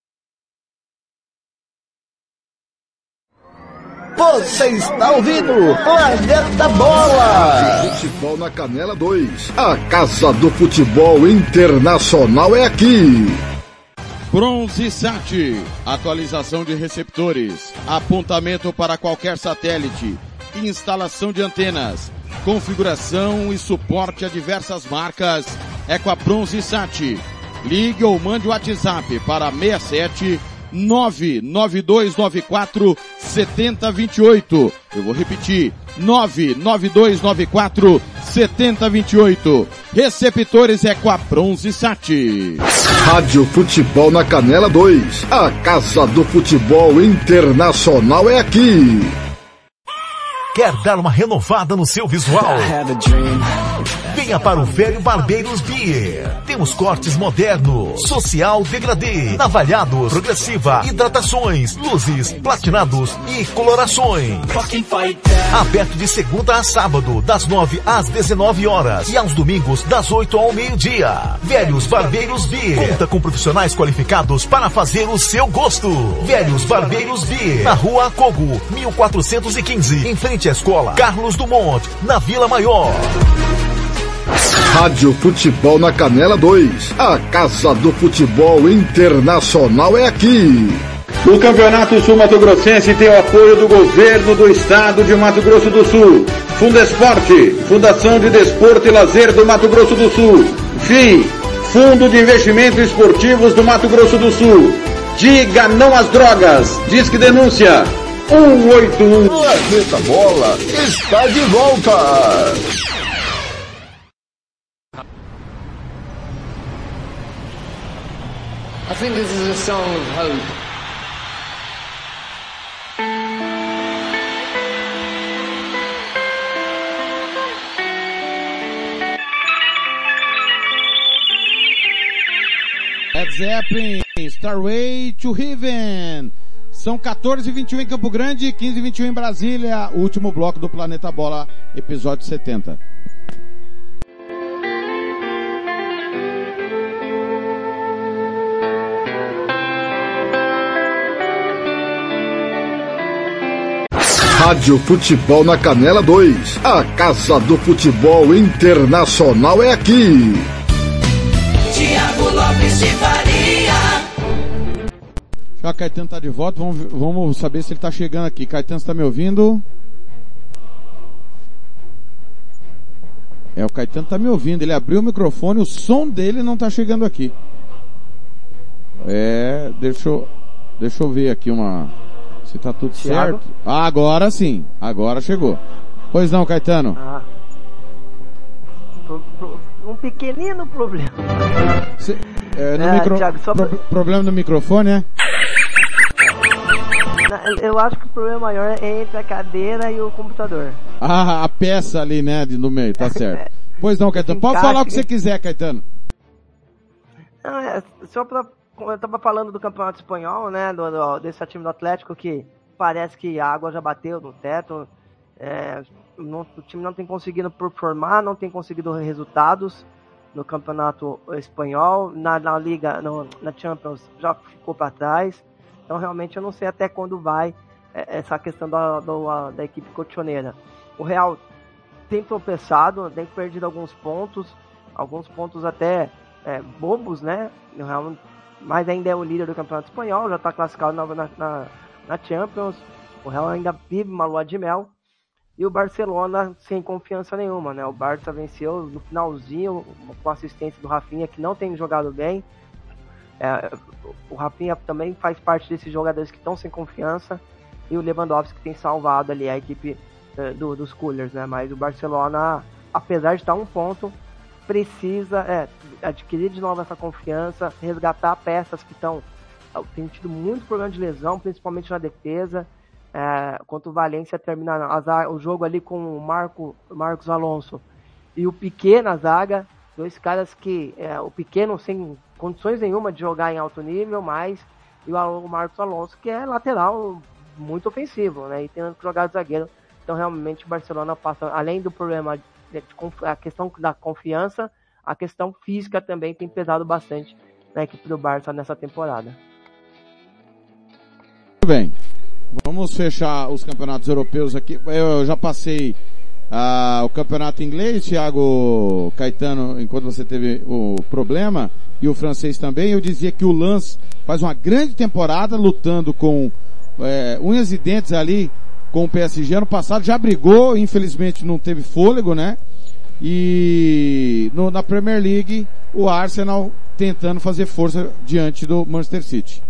Você está ouvindo Planeta Bola. Futebol na Canela dois. A casa do futebol internacional é aqui. Bronze Sat, atualização de receptores, apontamento para qualquer satélite, instalação de antenas, configuração e suporte a diversas marcas, é com a Bronze Sat. Ligue ou mande o WhatsApp para seis sete nove nove dois nove quatro sete zero dois oito. Eu vou repetir, nove nove dois nove quatro sete zero dois oito. Receptores é com a Bronze Sat. Rádio Futebol na Canela dois. A Casa do Futebol Internacional é aqui. Quer dar uma renovada no seu visual? Venha para o Velho Barbeiros Beer. Temos cortes modernos, social degradê, navalhados, progressiva, hidratações, luzes, platinados e colorações. Aberto de segunda a sábado, das nove às dezenove horas e aos domingos das oito ao meio-dia. Velhos Barbeiros Beer. Conta com profissionais qualificados para fazer o seu gosto. Velhos Barbeiros Beer. Na Rua Cogo, mil quatrocentos e quinze, em frente à Escola Carlos Dumont, na Vila Maior. Rádio Futebol na Canela dois. A Casa do Futebol Internacional é aqui. O Campeonato Sul Mato Grossense tem o apoio do Governo do Estado de Mato Grosso do Sul, Fundesporte, Fundação de Desporto e Lazer do Mato Grosso do Sul, F I I, Fundo de Investimentos Esportivos do Mato Grosso do Sul. Diga não às drogas. Disque denúncia um oito um. Planeta Bola está de volta. I think this is a song of hope. Led Zeppelin, Starway to Heaven. São quatorze e vinte e um em Campo Grande, quinze e vinte e um em Brasília. O último bloco do Planeta Bola, episódio setenta. Rádio Futebol na Canela dois. A Casa do Futebol Internacional é aqui. Tiago Lopes de Faria. Já Caetano tá de volta, vamos, vamos saber se ele tá chegando aqui. Caetano, você tá me ouvindo? É, o Caetano tá me ouvindo, ele abriu o microfone, o som dele não tá chegando aqui. É, deixa eu, deixa eu ver aqui uma... se tá tudo Thiago? certo. Ah, agora sim, agora chegou. Pois não, Caetano? Ah. Pro, pro, um pequenino problema. Cê, é, no É, micro... Thiago, só pra- pro- problema no microfone, é? Eu acho que o problema maior é entre a cadeira e o computador. Ah, a peça ali, né, de- no meio, tá certo. Pois não, Caetano, pode falar o que você quiser, Caetano. Não, é, só pra... Eu tava falando do Campeonato Espanhol, né, do, do, desse time do Atlético que parece que a água já bateu no teto. É, não, o time não tem conseguido performar, não tem conseguido resultados no Campeonato Espanhol, na, na Liga, no, na Champions já ficou para trás. Então realmente eu não sei até quando vai é, essa questão da, da, da equipe cotoneira. O Real tem tropeçado, tem perdido alguns pontos, alguns pontos até é, bobos, né? O Real, mas ainda é o líder do Campeonato Espanhol, já está classificado na, na, na Champions. O Real ainda vive uma lua de mel. E o Barcelona sem confiança nenhuma, né? O Barça venceu no finalzinho com assistência do Rafinha, que não tem jogado bem. É, o Rafinha também faz parte desses jogadores que estão sem confiança. E o Lewandowski que tem salvado ali a equipe é, do, dos Coolers, né? Mas o Barcelona, apesar de estar um ponto, precisa é, adquirir de novo essa confiança, resgatar peças que estão tem tido muito problema de lesão, principalmente na defesa. É, contra o Valência termina a, o jogo ali com o Marco, Marcos Alonso e o Piqué na zaga, dois caras que é, o Piqué não sem condições nenhuma de jogar em alto nível, mas e o, o Marcos Alonso que é lateral muito ofensivo, né, e tendo que jogar de zagueiro. Então realmente o Barcelona passa, além do problema de, de, a questão da confiança, a questão física também tem pesado bastante na equipe do Barça nessa temporada. Muito bem. Vamos fechar os campeonatos europeus aqui. Eu já passei Ah, o campeonato inglês, Thiago Caetano, enquanto você teve o problema, e o francês também, eu dizia que o Lens faz uma grande temporada lutando com é, unhas e dentes ali com o P S G. Ano passado já brigou, infelizmente não teve fôlego, né? E no, na Premier League o Arsenal tentando fazer força diante do Manchester City.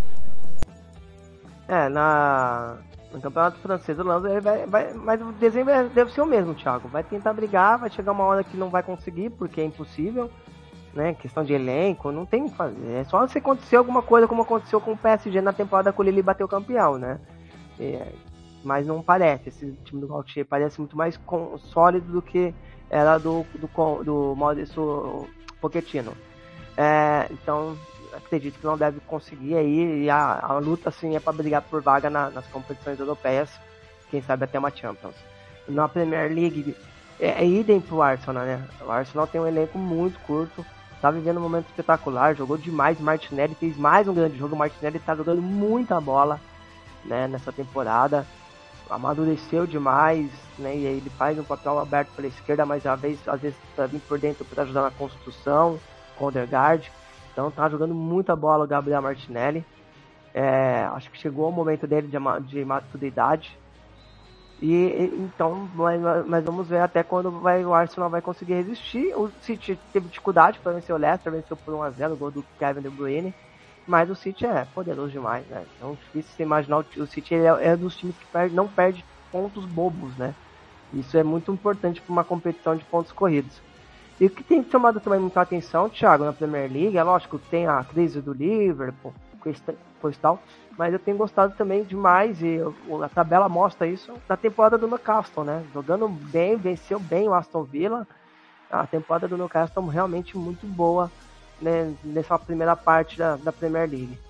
É, na... no campeonato francês, o Lens ele vai, vai, mas o desenho deve ser o mesmo, Thiago. Vai tentar brigar, vai chegar uma hora que não vai conseguir, porque é impossível, né? Questão de elenco, não tem o que fazer. É só se acontecer alguma coisa como aconteceu com o P S G na temporada que o Lille bateu campeão, né? É, mas não parece, esse time do Gautier parece muito mais com, sólido do que era do, do, do Maurício Pochettino. É, então, acredito que não deve conseguir aí, e a, a luta assim é para brigar por vaga na, nas competições europeias, quem sabe até uma Champions. Na Premier League é, é idem pro Arsenal, né? O Arsenal tem um elenco muito curto, tá vivendo um momento espetacular, jogou demais. Martinelli fez mais um grande jogo. O Martinelli tá jogando muita bola, né, nessa temporada, amadureceu demais, né? E aí ele faz um papel aberto pela esquerda, mas às vezes, às vezes tá vindo por dentro para ajudar na construção com o Odegaard. Então tá jogando muita bola o Gabriel Martinelli. É, acho que chegou o momento dele de, de maturidade. E, e então, mas, mas vamos ver até quando vai, o Arsenal vai conseguir resistir. O City teve dificuldade para vencer o Leicester, venceu por um a zero, o gol do Kevin De Bruyne. Mas o City é poderoso demais, né? Então difícil você imaginar. O City é, é dos times que perde, não perde pontos bobos, né? Isso é muito importante para uma competição de pontos corridos. E o que tem chamado também muita atenção, Thiago, na Premier League, é lógico que tem a crise do Liverpool, coisa tal, mas eu tenho gostado também demais, e a tabela mostra isso, da temporada do Newcastle, né? Jogando bem, venceu bem o Aston Villa. A temporada do Newcastle realmente muito boa, né, nessa primeira parte da, da Premier League.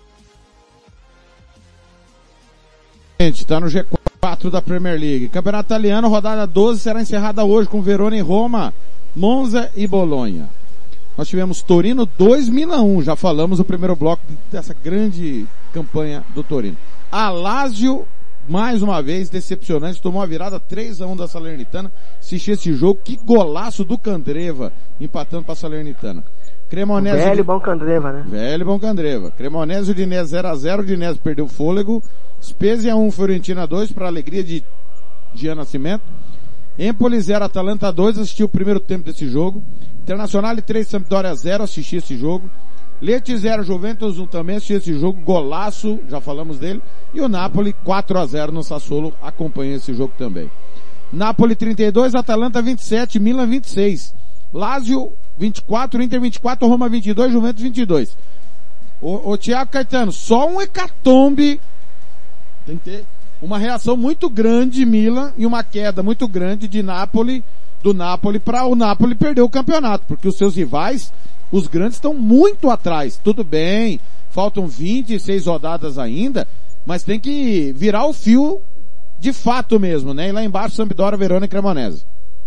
Gente, tá no G quatro da Premier League. Campeonato Italiano, rodada doze, será encerrada hoje com Verona e Roma, Monza e Bolonha. Nós tivemos Torino dois, Milan um. Já falamos no primeiro bloco dessa grande campanha do Torino. A Lazio, mais uma vez, decepcionante, tomou a virada três a um da Salernitana. Assisti esse jogo, que golaço do Candreva, empatando para a Salernitana. Cremonese... Velho bom Candreva, né? Velho bom Candreva. Cremonese e Udinese zero a zero, Udinese perdeu fôlego. Spezia um, Fiorentina dois, para alegria de Gian Nascimento. Empoli zero, Atalanta dois, assisti o primeiro tempo desse jogo. Internacional três, Sampdoria zero, assisti esse jogo. Lecce zero, Juventus um também, assisti esse jogo, golaço, já falamos dele. E o Napoli quatro a zero no Sassuolo, acompanhei esse jogo também. Napoli trinta e dois, Atalanta vinte e sete, Milan vinte e seis. Lazio vinte e quatro, Inter vinte e quatro, Roma vinte e dois, Juventus vinte e dois. O, o Thiago Caetano, só um hecatombe, tem que ter uma reação muito grande de Milan e uma queda muito grande de Napoli, do Napoli, para o Napoli perder o campeonato, porque os seus rivais, os grandes, estão muito atrás. Tudo bem, faltam vinte e seis rodadas ainda, mas tem que virar o fio de fato mesmo, né? E lá embaixo, Sampdoria, Verona e Cremonese.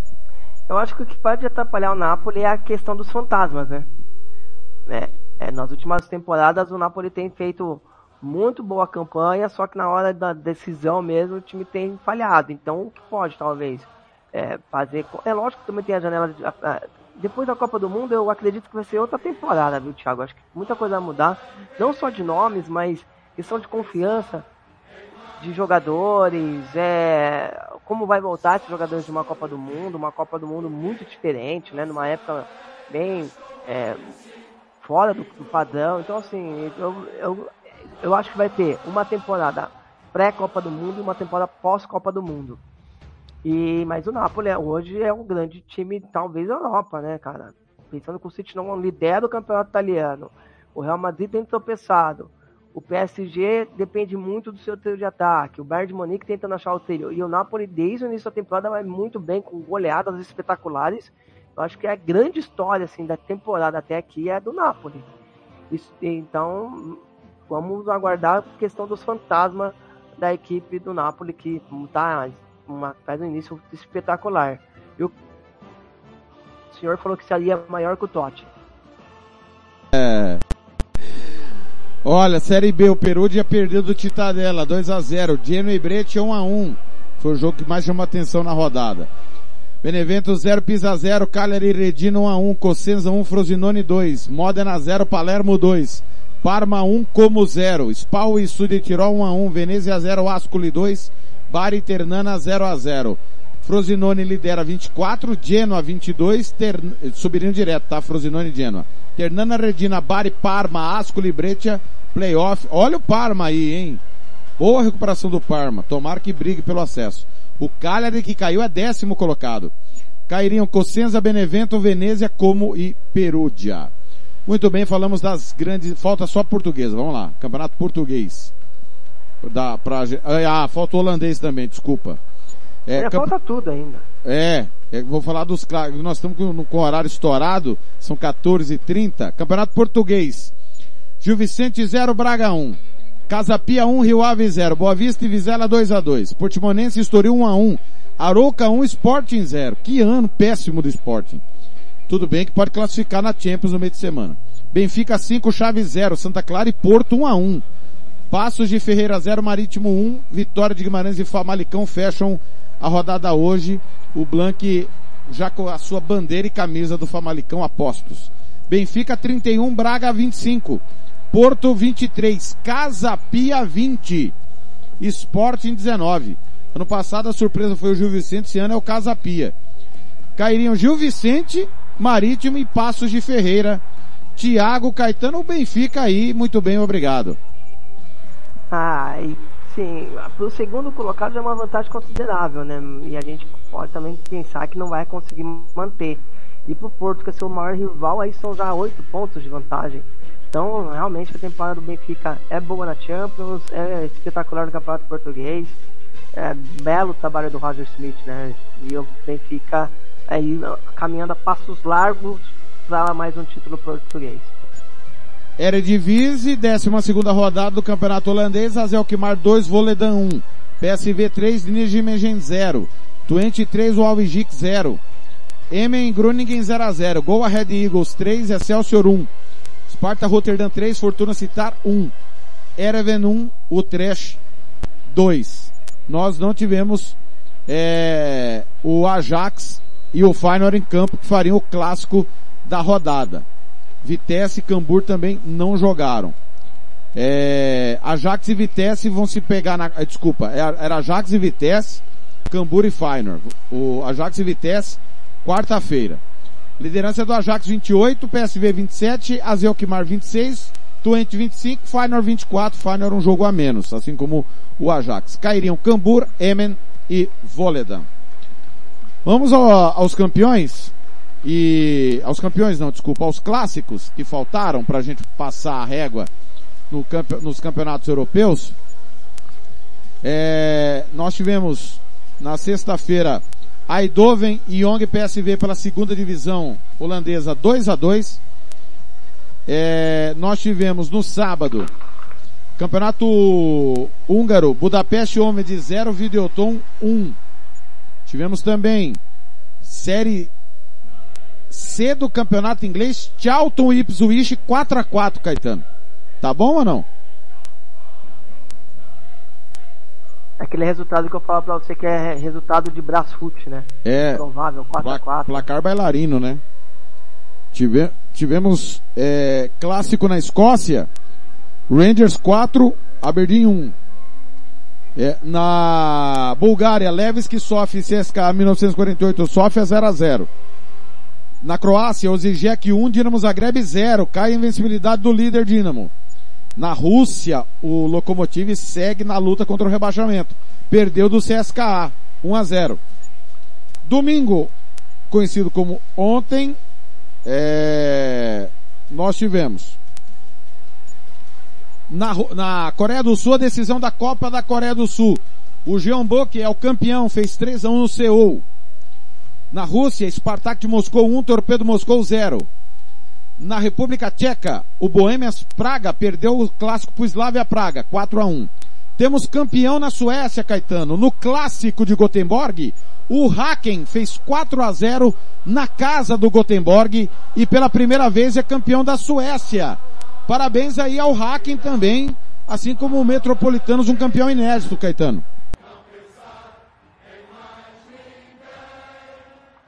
Eu acho que o que pode atrapalhar o Napoli é a questão dos fantasmas, né? É, é, nas últimas temporadas o Napoli tem feito muito boa campanha, só que na hora da decisão mesmo o time tem falhado. Então o que pode talvez é, fazer... É lógico que também tem a janela... De, a, a, depois da Copa do Mundo eu acredito que vai ser outra temporada, viu, Thiago? Acho que muita coisa vai mudar, não só de nomes, mas questão de confiança de jogadores, é, como vai voltar esses jogadores de uma Copa do Mundo, uma Copa do Mundo muito diferente, né, numa época bem é, fora do, do padrão. Então assim, eu, eu, eu acho que vai ter uma temporada pré-Copa do Mundo e uma temporada pós-Copa do Mundo. E, mas o Napoli hoje é um grande time, talvez da Europa, né, cara? Pensando que o City não lidera o campeonato italiano, o Real Madrid tem tropeçado, o P S G depende muito do seu trio de ataque, o Bayern de Munique tentando achar o trio, e o Napoli desde o início da temporada vai muito bem, com goleadas espetaculares. Eu acho que a grande história assim, da temporada até aqui é do Napoli. Isso, então, vamos aguardar a questão dos fantasmas da equipe do Napoli, que tá, uma, faz um início espetacular. E o senhor falou que seria maior que o Totti. É... Olha, Série B, o Perugia perdeu do Cittadella, dois a zero. Genoa e Breccia um a um. Foi o jogo que mais chamou atenção na rodada. Benevento zero, Pisa zero, Cagliari e Reggina um a um, Cosenza um, Frosinone dois, Modena zero, Palermo dois, Parma um, Como zero, Spal e Sud Tirol um a um, Venezia zero, Ascoli dois, Bari e Ternana zero a zero. Frosinone lidera vinte e quatro, Genoa vinte e dois, Ter... subindo direto, tá? Frosinone e Genoa. Ternana, Reggina, Bari, Parma, Ascoli, Breccia, playoff. Olha o Parma aí, hein? Boa recuperação do Parma. Tomara que brigue pelo acesso. O Cagliari que caiu é décimo colocado. Cairiam Cosenza, Benevento, Venezia, Como e Perugia. Muito bem, falamos das grandes... Falta só português, vamos lá. Campeonato português. Da, pra... Ah, falta o holandês também, desculpa. É, é, camp... falta tudo ainda. É, é, vou falar dos... Nós estamos com, com o horário estourado, são quatorze e trinta. Campeonato português. Gil Vicente zero, Braga um. Casa Pia um, Rio Ave zero. Boa Vista e Vizela dois a dois. Portimonense e Estoril um a um. Arouca um, Sporting zero. Que ano péssimo do Sporting. Tudo bem que pode classificar na Champions no meio de semana. Benfica cinco, Chaves zero. Santa Clara e Porto um a um. Passos de Ferreira zero, Marítimo um. Vitória de Guimarães e Famalicão fecham a rodada hoje. O Blanc já com a sua bandeira e camisa do Famalicão apostos. Benfica trinta e um, Braga vinte e cinco. Porto vinte e três, Casa Pia vinte, Sporting dezenove. Ano passado a surpresa foi o Gil Vicente, esse ano é o Casa Pia. Cairiam Gil Vicente, Marítimo e Passos de Ferreira. Thiago, Caetano, o Benfica aí, muito bem, obrigado. Ah, e sim, pro segundo colocado já é uma vantagem considerável, né? E a gente pode também pensar que não vai conseguir manter. E pro Porto, que é seu maior rival, aí são já oito pontos de vantagem. Então, realmente, a temporada do Benfica é boa na Champions, é espetacular no Campeonato Português, é belo o trabalho do Roger Smith, né? E o Benfica aí caminhando a passos largos para mais um título português. Eredivisie, décima segunda rodada do Campeonato Holandês, A Z Alkmaar dois, Volendam um, P S V três, Nijmegen zero, Twente três, Waalwijk zero, Emmen Groningen zero a zero, Go Ahead Eagles três, Excelsior um, Sparta Rotterdam três, Fortuna Sittard um, Ereven um, Utrecht dois. Nós não tivemos é, o Ajax e o Feyenoord em campo, que fariam o clássico da rodada. Vitesse e Cambuur também não jogaram. É, Ajax e Vitesse vão se pegar na... Desculpa, era Ajax e Vitesse, Cambuur e Feyenoord. O Ajax e Vitesse, quarta-feira. Liderança do Ajax vinte e oito, P S V vinte e sete, A Z Alkmaar vinte e seis, Twente vinte e cinco, Feyenoord vinte e quatro, Feyenoord um jogo a menos, assim como o Ajax. Cairiam Cambuur, Emmen e Volendam. Vamos ao, aos campeões e aos campeões não, desculpa, aos clássicos que faltaram pra gente passar a régua no campe, nos campeonatos europeus. É, nós tivemos na sexta-feira Eindhoven e Young P S V pela segunda divisão holandesa dois a dois. É, nós tivemos no sábado Campeonato Húngaro, Budapeste Honvéd zero, Videoton um. Tivemos também Série C do Campeonato Inglês, Charlton e Ipswich quatro a quatro, Caetano. Tá bom ou não? Aquele resultado que eu falo pra você que é resultado de Brasfoot, né? É. Provável, quatro a quatro. Placar bailarino, né? Tive, tivemos é, clássico na Escócia, Rangers quatro, Aberdeen um. É, na Bulgária, Levski sofre C S K A mil novecentos e quarenta e oito, Sofia zero a zero. Na Croácia, Osijek um, Dinamo Zagreb zero, cai a invencibilidade do líder Dinamo. Na Rússia, o Lokomotiv segue na luta contra o rebaixamento. Perdeu do C S K A, um a zero. Domingo, conhecido como ontem, é... nós tivemos na, na Coreia do Sul a decisão da Copa da Coreia do Sul. O Jeonbuk, que é o campeão, fez três a um no Seul. Na Rússia, Spartak de Moscou um, Torpedo Moscou zero. Na República Tcheca, o Bohemians Praga perdeu o clássico pro Slavia Praga, quatro a um. Temos campeão na Suécia, Caetano. No clássico de Gothenburg, o Häcken fez quatro a zero na casa do Gothenburg e pela primeira vez é campeão da Suécia. Parabéns aí ao Häcken também, assim como o Metropolitanos, um campeão inédito, Caetano.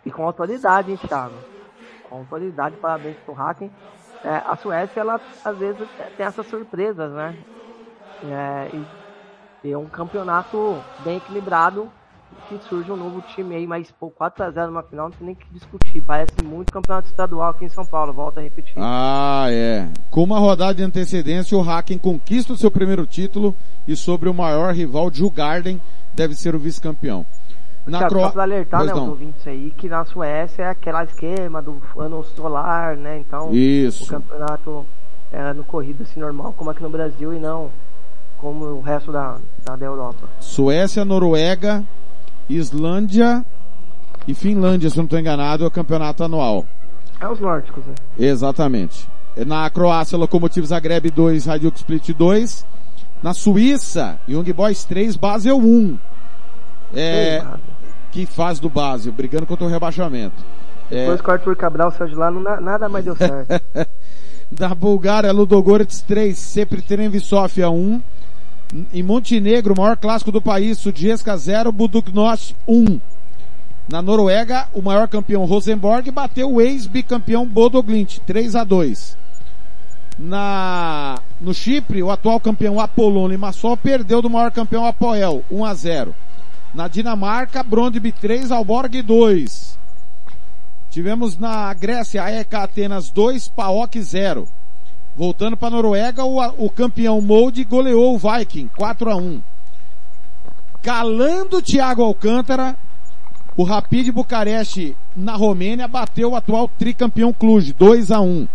E com autoridade, hein, Thiago? Com autoridade, parabéns pro Häcken. É, a Suécia, ela às vezes tem essas surpresas, né? É, e é um campeonato bem equilibrado, que surge um novo time aí, mas pô, quatro a zero numa final, não tem nem que discutir. Parece muito campeonato estadual aqui em São Paulo, volta a repetir. Ah, é. Com uma rodada de antecedência, o Häcken conquista o seu primeiro título e sobre o maior rival, Djurgården, deve ser o vice-campeão. Na Thiago, Cro... Só para alertar, né, os ouvintes aí, que na Suécia é aquele esquema do ano solar, né, então Isso. o campeonato é no corrido assim normal, como aqui no Brasil, e não como o resto da, da, da Europa. Suécia, Noruega, Islândia e Finlândia, se eu não estou enganado, é o campeonato anual. É os nórdicos, né? Exatamente. Na Croácia, Lokomotiv Zagreb dois, Hajduk Split dois. Na Suíça, Young Boys três, Basel um. É... Que faz do Basel, brigando contra o rebaixamento. Depois é... que o Arthur Cabral saiu de lá, não, nada mais deu certo. Da Bulgária, Ludogorets três, Sepritrenvi Sofia um. Em Montenegro, o maior clássico do país, Sudjeska zero, Budućnost um. Na Noruega, o maior campeão Rosenborg bateu o ex-bicampeão Bodo Glimt, três a dois. Na... No Chipre, o atual campeão Apollon Limassol perdeu do maior campeão Apoel, um a zero. Na Dinamarca, Brondby três, Aalborg dois. Tivemos na Grécia, A E K Atenas dois, PAOK zero. Voltando para a Noruega, o, o campeão Molde goleou o Viking, quatro a um. Calando o Thiago Alcântara, o Rapid Bucareste na Romênia bateu o atual tricampeão Cluj, dois a um.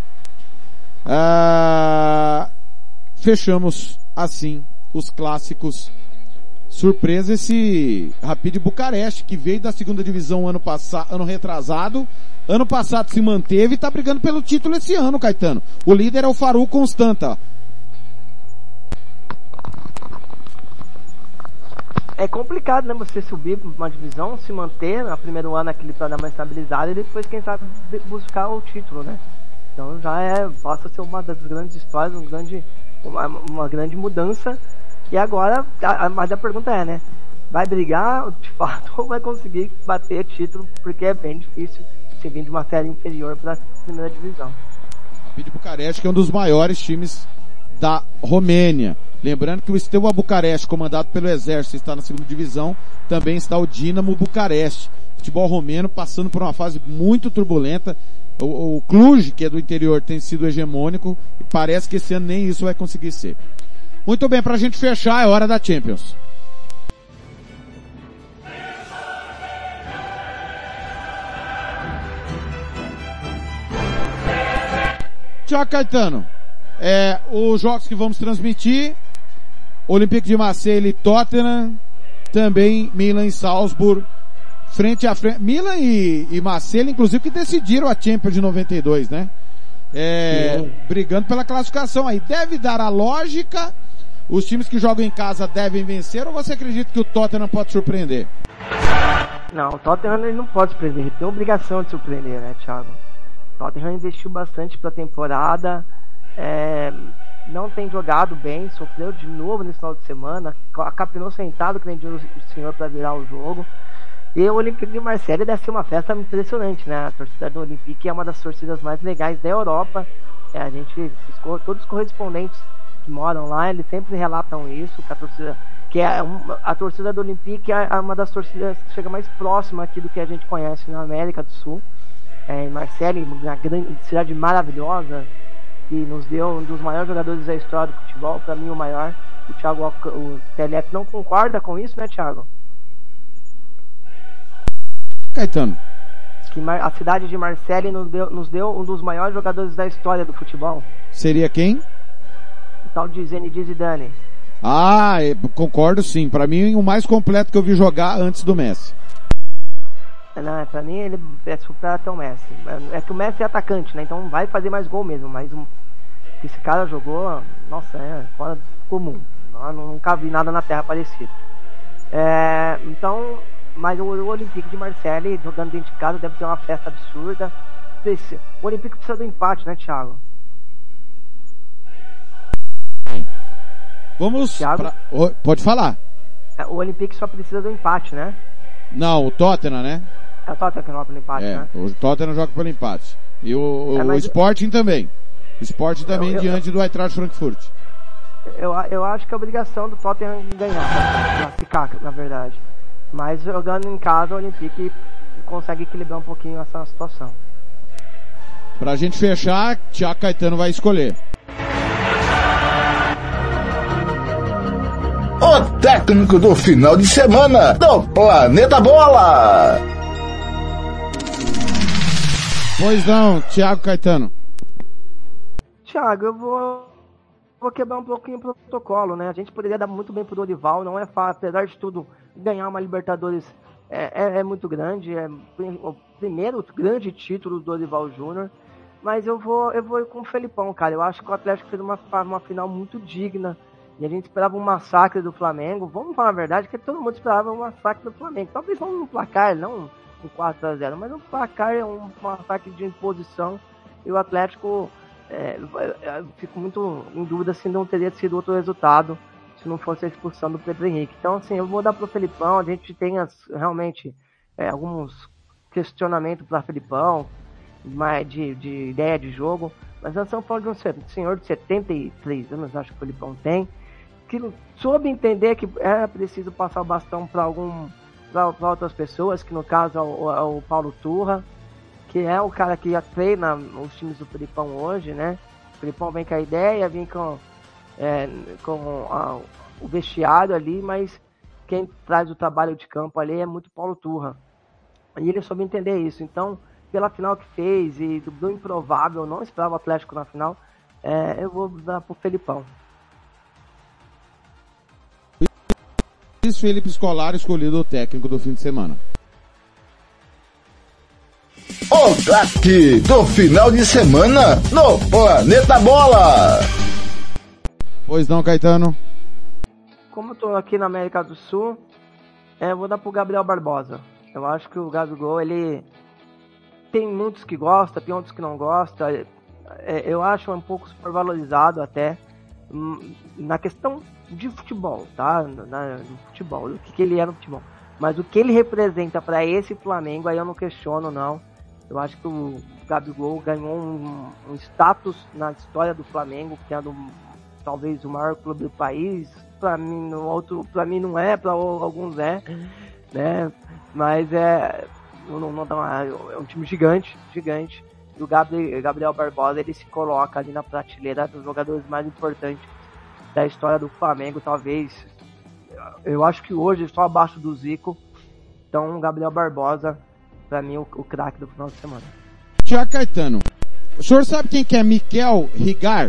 Ah, fechamos assim os clássicos. Surpresa esse Rapid Bucareste, que veio da segunda divisão ano passado, ano retrasado, ano passado se manteve e tá brigando pelo título esse ano, Caetano. O líder é o Faru Constanta. É complicado, né, você subir uma divisão, se manter no primeiro ano aquele pra dar uma estabilizada e depois, quem sabe, buscar o título, né? Então já é, passa a ser uma das grandes histórias, um grande, uma, uma grande mudança. E agora, a, a, mas a pergunta é, né? Vai brigar, de fato, ou vai conseguir bater título? Porque é bem difícil se vir de uma série inferior para a primeira divisão. Rapid Bucareste, que é um dos maiores times da Romênia. Lembrando que o Steaua Bucareste, comandado pelo Exército, está na segunda divisão. Também está o Dinamo Bucareste. Futebol romeno passando por uma fase muito turbulenta. O, o Cluj, que é do interior, tem sido hegemônico. E parece que esse ano nem isso vai conseguir ser. Muito bem, pra gente fechar, é hora da Champions. Tiago Caetano, é, os jogos que vamos transmitir, Olympique de Marseille e Tottenham, também Milan e Salzburg, frente a frente, Milan e, e Marseille, inclusive, que decidiram a Champions de noventa e dois, né? É, brigando pela classificação aí. Deve dar a lógica, os times que jogam em casa devem vencer, ou você acredita que o Tottenham pode surpreender? Não, o Tottenham ele não pode surpreender, ele tem obrigação de surpreender, né, Thiago? O Tottenham investiu bastante pra temporada, é, não tem jogado bem, sofreu de novo nesse final de semana, capinou sentado, que nem diz o senhor, pra virar o jogo. E o Olympique de Marseille deve ser uma festa impressionante, né? A torcida do Olympique é uma das torcidas mais legais da Europa. É, a gente, todos os correspondentes que moram lá, eles sempre relatam isso, que a torcida, que é uma, a torcida do Olympique é uma das torcidas que chega mais próxima aqui do que a gente conhece na América do Sul. É, em Marseille, uma grande cidade maravilhosa, que nos deu um dos maiores jogadores da história do futebol, para mim o maior. O Thiago, o T L F não concorda com isso, né, Thiago? Caetano, que a cidade de Marseille nos deu, nos deu um dos maiores jogadores da história do futebol. Seria quem? O tal de Zinedine Zidane. Ah, concordo sim. Pra mim, o mais completo que eu vi jogar antes do Messi. Não, pra mim ele é super até o Messi. É que o Messi é atacante, né? Então vai fazer mais gol mesmo. Mas um, esse cara jogou, nossa, é fora comum. Não, nunca vi nada na Terra parecido. É, então, mas o, o Olympique de Marseille jogando dentro de casa deve ter uma festa absurda. O Olympique precisa do empate, né, Thiago? Vamos Thiago? Pra... Pode falar. O Olympique só precisa do empate, né? Não, o Tottenham, né? É o Tottenham que joga pelo empate, é, né? O Tottenham joga pelo empate. E o, é, o Sporting também. O Sporting também eu, eu, diante do Eintracht Frankfurt. Eu, eu acho que é obrigação do Tottenham ganhar, classificar, na verdade. Mas jogando em casa, o Olympique consegue equilibrar um pouquinho essa situação. Pra gente fechar, Thiago Caetano vai escolher. O técnico do final de semana do Planeta Bola. Pois não, Thiago Caetano. Thiago, eu vou, vou quebrar um pouquinho o protocolo, né? A gente poderia dar muito bem pro Dorival, não é fácil, apesar de tudo, ganhar uma Libertadores é, é, é muito grande, é o primeiro grande título do Dorival Júnior, mas eu vou, eu vou com o Felipão, cara. Eu acho que o Atlético fez uma, uma final muito digna, e a gente esperava um massacre do Flamengo. Vamos falar a verdade, que todo mundo esperava um massacre do Flamengo. Talvez não um placar, não um quatro a zero, mas um placar é um massacre de imposição, e o Atlético... É, eu fico muito em dúvida se não teria sido outro resultado se não fosse a expulsão do Pedro Henrique. Então, assim, eu vou dar pro Felipão. A gente tem as, realmente é, alguns questionamentos para Felipão, de, de ideia de jogo, mas nós estamos falando de um senhor de setenta e três anos, acho que o Felipão tem, que soube entender que é preciso passar o bastão para algum para outras pessoas, que no caso é o, é o Paulo Turra, que é o cara que já treina os times do Felipão hoje, né? O Felipão vem com a ideia, vem com, é, com a, o vestiário ali, mas quem traz o trabalho de campo ali é muito Paulo Turra. E ele soube entender isso. Então, pela final que fez e do, do improvável, não esperava o Atlético na final, é, eu vou dar pro Felipão. Luiz Felipe Scolari escolhido o técnico do fim de semana. O craque do final de semana no Planeta Bola. Pois não, Caetano. Como eu tô aqui na América do Sul, é, eu vou dar pro Gabriel Barbosa. Eu acho que o Gabigol, ele tem muitos que gostam, tem outros que não gostam. É, eu acho um pouco supervalorizado até na questão de futebol, tá? Na, no futebol, o que, que ele é no futebol. Mas o que ele representa para esse Flamengo, aí eu não questiono, não. Eu acho que o Gabigol ganhou um, um status na história do Flamengo, que é do, talvez o maior clube do país. Para mim, no outro, para mim não é, para alguns é, né? Mas é, não, não, não, é um time gigante, gigante. E o Gabriel, Gabriel Barbosa, ele se coloca ali na prateleira dos jogadores mais importantes da história do Flamengo, talvez. Eu acho que hoje só abaixo do Zico. Então, Gabriel Barbosa, pra mim, o, o craque do final de semana. Tiago Caetano, o senhor sabe quem que é Miquel Rigar?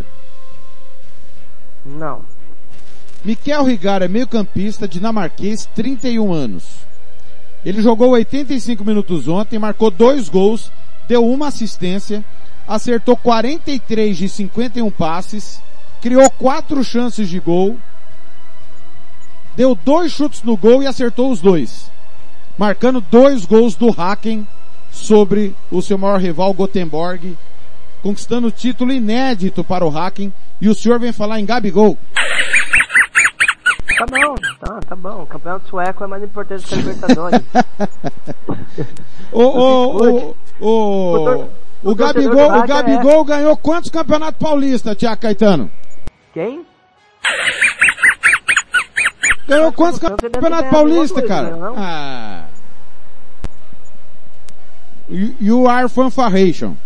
Não. Miquel Rigar é meio campista dinamarquês, trinta e um anos. Ele jogou oitenta e cinco minutos ontem, marcou dois gols, deu uma assistência, acertou quarenta e três de cinquenta e um passes, criou quatro chances de gol, deu dois chutes no gol e acertou os dois, marcando dois gols do Haken sobre o seu maior rival Gothenburg, conquistando o título inédito para o Haken. E o senhor vem falar em Gabigol. Tá bom, tá, tá bom. O campeonato sueco é mais importante que a Libertadores. o, o, o, o, o Gabigol, o Gabigol é. ganhou quantos campeonatos paulistas, Tiago Caetano? Quem? Ganhou quantos campeonatos paulistas, cara? Não? Ah. You, you are fanfarration.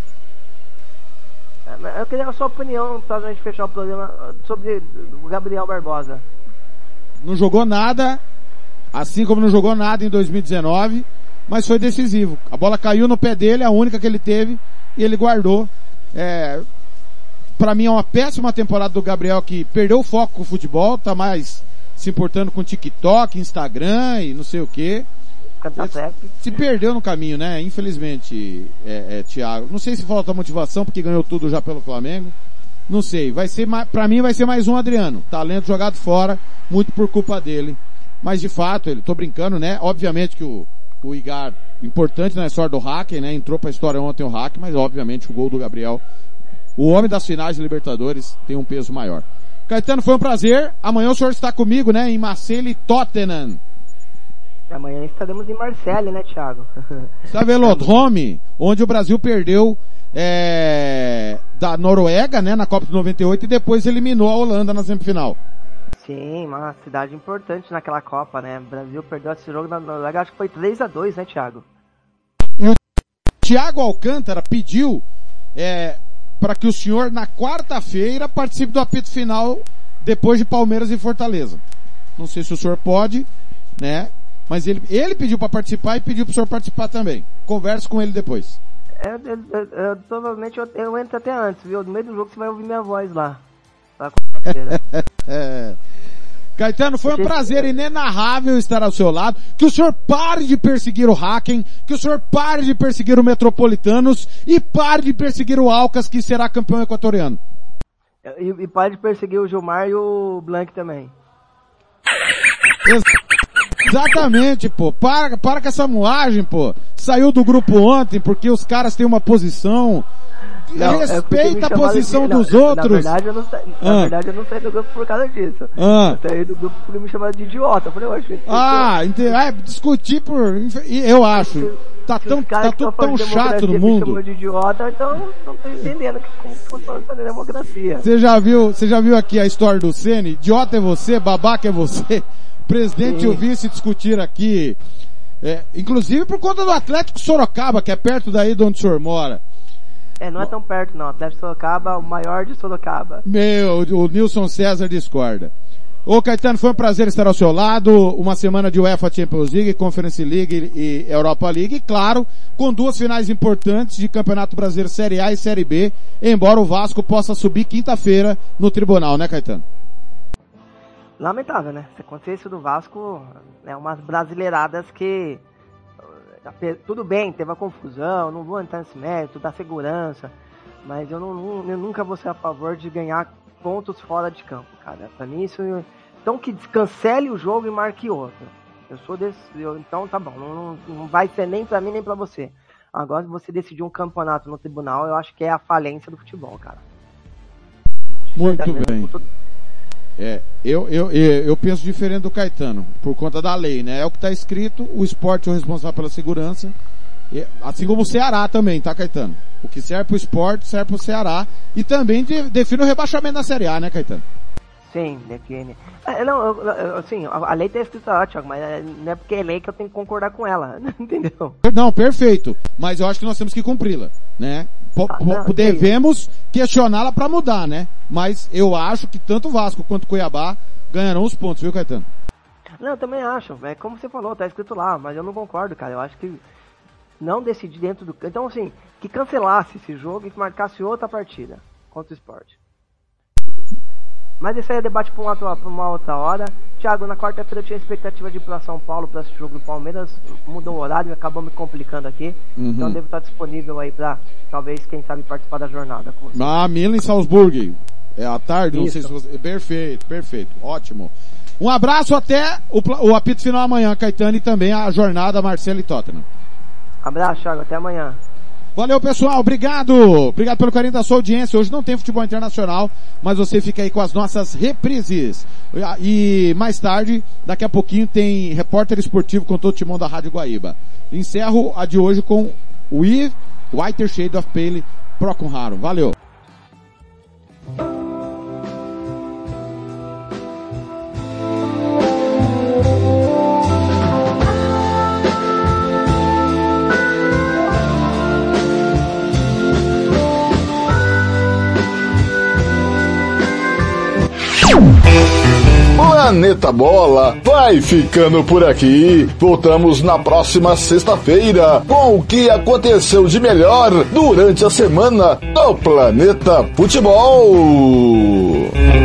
Eu queria a sua opinião, pra gente fechar o programa, sobre o Gabriel Barbosa. Não jogou nada, assim como não jogou nada em dois mil e dezenove, mas foi decisivo. A bola caiu no pé dele, a única que ele teve, e ele guardou. É, pra mim é uma péssima temporada do Gabriel, que perdeu o foco com o futebol, tá mais se importando com TikTok, Instagram e não sei o quê. Se perdeu no caminho, né? Infelizmente, é, é, Thiago. Não sei se falta motivação, porque ganhou tudo já pelo Flamengo. Não sei. Vai ser, pra mim vai ser mais um Adriano. Talento jogado fora, muito por culpa dele. Mas de fato, ele, tô brincando, né? Obviamente que o, o Igar, importante na história do Hacken, né? Entrou pra história ontem o Hacken, mas obviamente o gol do Gabriel, o homem das finais de Libertadores, tem um peso maior. Caetano, foi um prazer. Amanhã o senhor está comigo, né? Em Marseille e Tottenham. Amanhã estaremos em Marselha, né, Thiago? Está Velodrome, onde o Brasil perdeu é, da Noruega, né, na Copa de noventa e oito e depois eliminou a Holanda na semifinal. Sim, uma cidade importante naquela Copa, né? O Brasil perdeu esse jogo na Noruega, acho que foi três a dois, né, Thiago? E o Thiago Alcântara pediu é, para que o senhor, na quarta-feira, participe do apito final depois de Palmeiras e Fortaleza. Não sei se o senhor pode, né? Mas ele, ele pediu para participar e pediu para o senhor participar também. Converse com ele depois. É, eu, eu, eu, provavelmente eu, eu entro até antes, viu? No meio do jogo você vai ouvir minha voz lá. lá é. Caetano, foi um prazer inenarrável estar ao seu lado. Que o senhor pare de perseguir o Hacken, que o senhor pare de perseguir o Metropolitanos e pare de perseguir o Alcas, que será campeão equatoriano. E, e pare de perseguir o Gilmar e o Blanc também. Ex Exatamente, pô. Para, para com essa moagem, pô. Saiu do grupo ontem porque os caras têm uma posição. Não, respeita a posição de... dos não, outros. Na verdade, eu não sa... ah. na verdade, eu não saí do grupo por causa disso. Ah. Eu saí do grupo porque me chamaram de idiota. Eu falei, eu acho que... Ah, ent... é, discutir por... Eu acho. Tá, tão, tá tudo tão chato no mundo. Me chamam de idiota, então não tô entendendo como funciona essa democracia. Você já viu, você já viu aqui a história do Ceni? Idiota é você, babaca é você. Presidente Sim. e o vice discutiram aqui, é, inclusive por conta do Atlético Sorocaba, que é perto daí de onde o senhor mora. É, não é tão perto não, Atlético Sorocaba, o maior de Sorocaba. Meu, o Nilson César discorda. Ô Caetano, foi um prazer estar ao seu lado, uma semana de UEFA Champions League, Conference League e Europa League, e claro, com duas finais importantes de Campeonato Brasileiro Série A e Série B, embora o Vasco possa subir quinta-feira no tribunal, né Caetano? Lamentável, né? Se acontecer isso do Vasco, é umas brasileiradas que... Tudo bem, teve a confusão, não vou entrar nesse mérito da segurança, mas eu, não, eu nunca vou ser a favor de ganhar pontos fora de campo, cara. Pra mim isso... Então que descancele o jogo e marque outro. Eu sou desse... Eu, então tá bom, não, não vai ser nem pra mim nem pra você. Agora, se você decidir um campeonato no tribunal, eu acho que é a falência do futebol, cara. Muito bem. É, eu, eu, eu, eu penso diferente do Caetano, por conta da lei, né? É o que está escrito, o esporte é o responsável pela segurança, e, assim como o Ceará também, tá, Caetano? O que serve pro esporte, serve pro Ceará, e também de, define o rebaixamento da Série A, né, Caetano? Sim, define. É, não, assim, a lei tá escrita lá, Thiago, mas não é porque é lei que eu tenho que concordar com ela, entendeu? Não, perfeito, mas eu acho que nós temos que cumpri-la, né? P ah, não, devemos sim. questioná-la para mudar, né? Mas eu acho que tanto o Vasco quanto o Cuiabá ganharão os pontos, viu, Caetano? Não, eu também acho. É como você falou, tá escrito lá, mas eu não concordo, cara. Eu acho que não decidir dentro do... Então, assim, que cancelasse esse jogo e que marcasse outra partida contra o Sport. Mas isso aí é debate pra uma, pra uma outra hora. Thiago, na quarta-feira eu tinha expectativa de ir pra São Paulo pra esse jogo do Palmeiras. Mudou o horário e acabou me complicando aqui. Uhum. Então devo estar disponível aí pra, talvez, quem sabe, participar da jornada. Ah, Milan em Salzburg. É à tarde? Isso. Não sei se você... Perfeito, perfeito. Ótimo. Um abraço até o, o apito final amanhã, Caetano, e também a jornada Marcelo e Tottenham. Abraço, Thiago. Até amanhã. Valeu, pessoal. Obrigado. Obrigado pelo carinho da sua audiência. Hoje não tem futebol internacional, mas você fica aí com as nossas reprises. E mais tarde, daqui a pouquinho, tem repórter esportivo com todo o timão da Rádio Guaíba. Encerro a de hoje com o I, Whiter Shade of Pale, Procon Haro. Valeu. Planeta Bola vai ficando por aqui. Voltamos na próxima sexta-feira com o que aconteceu de melhor durante a semana do Planeta Futebol.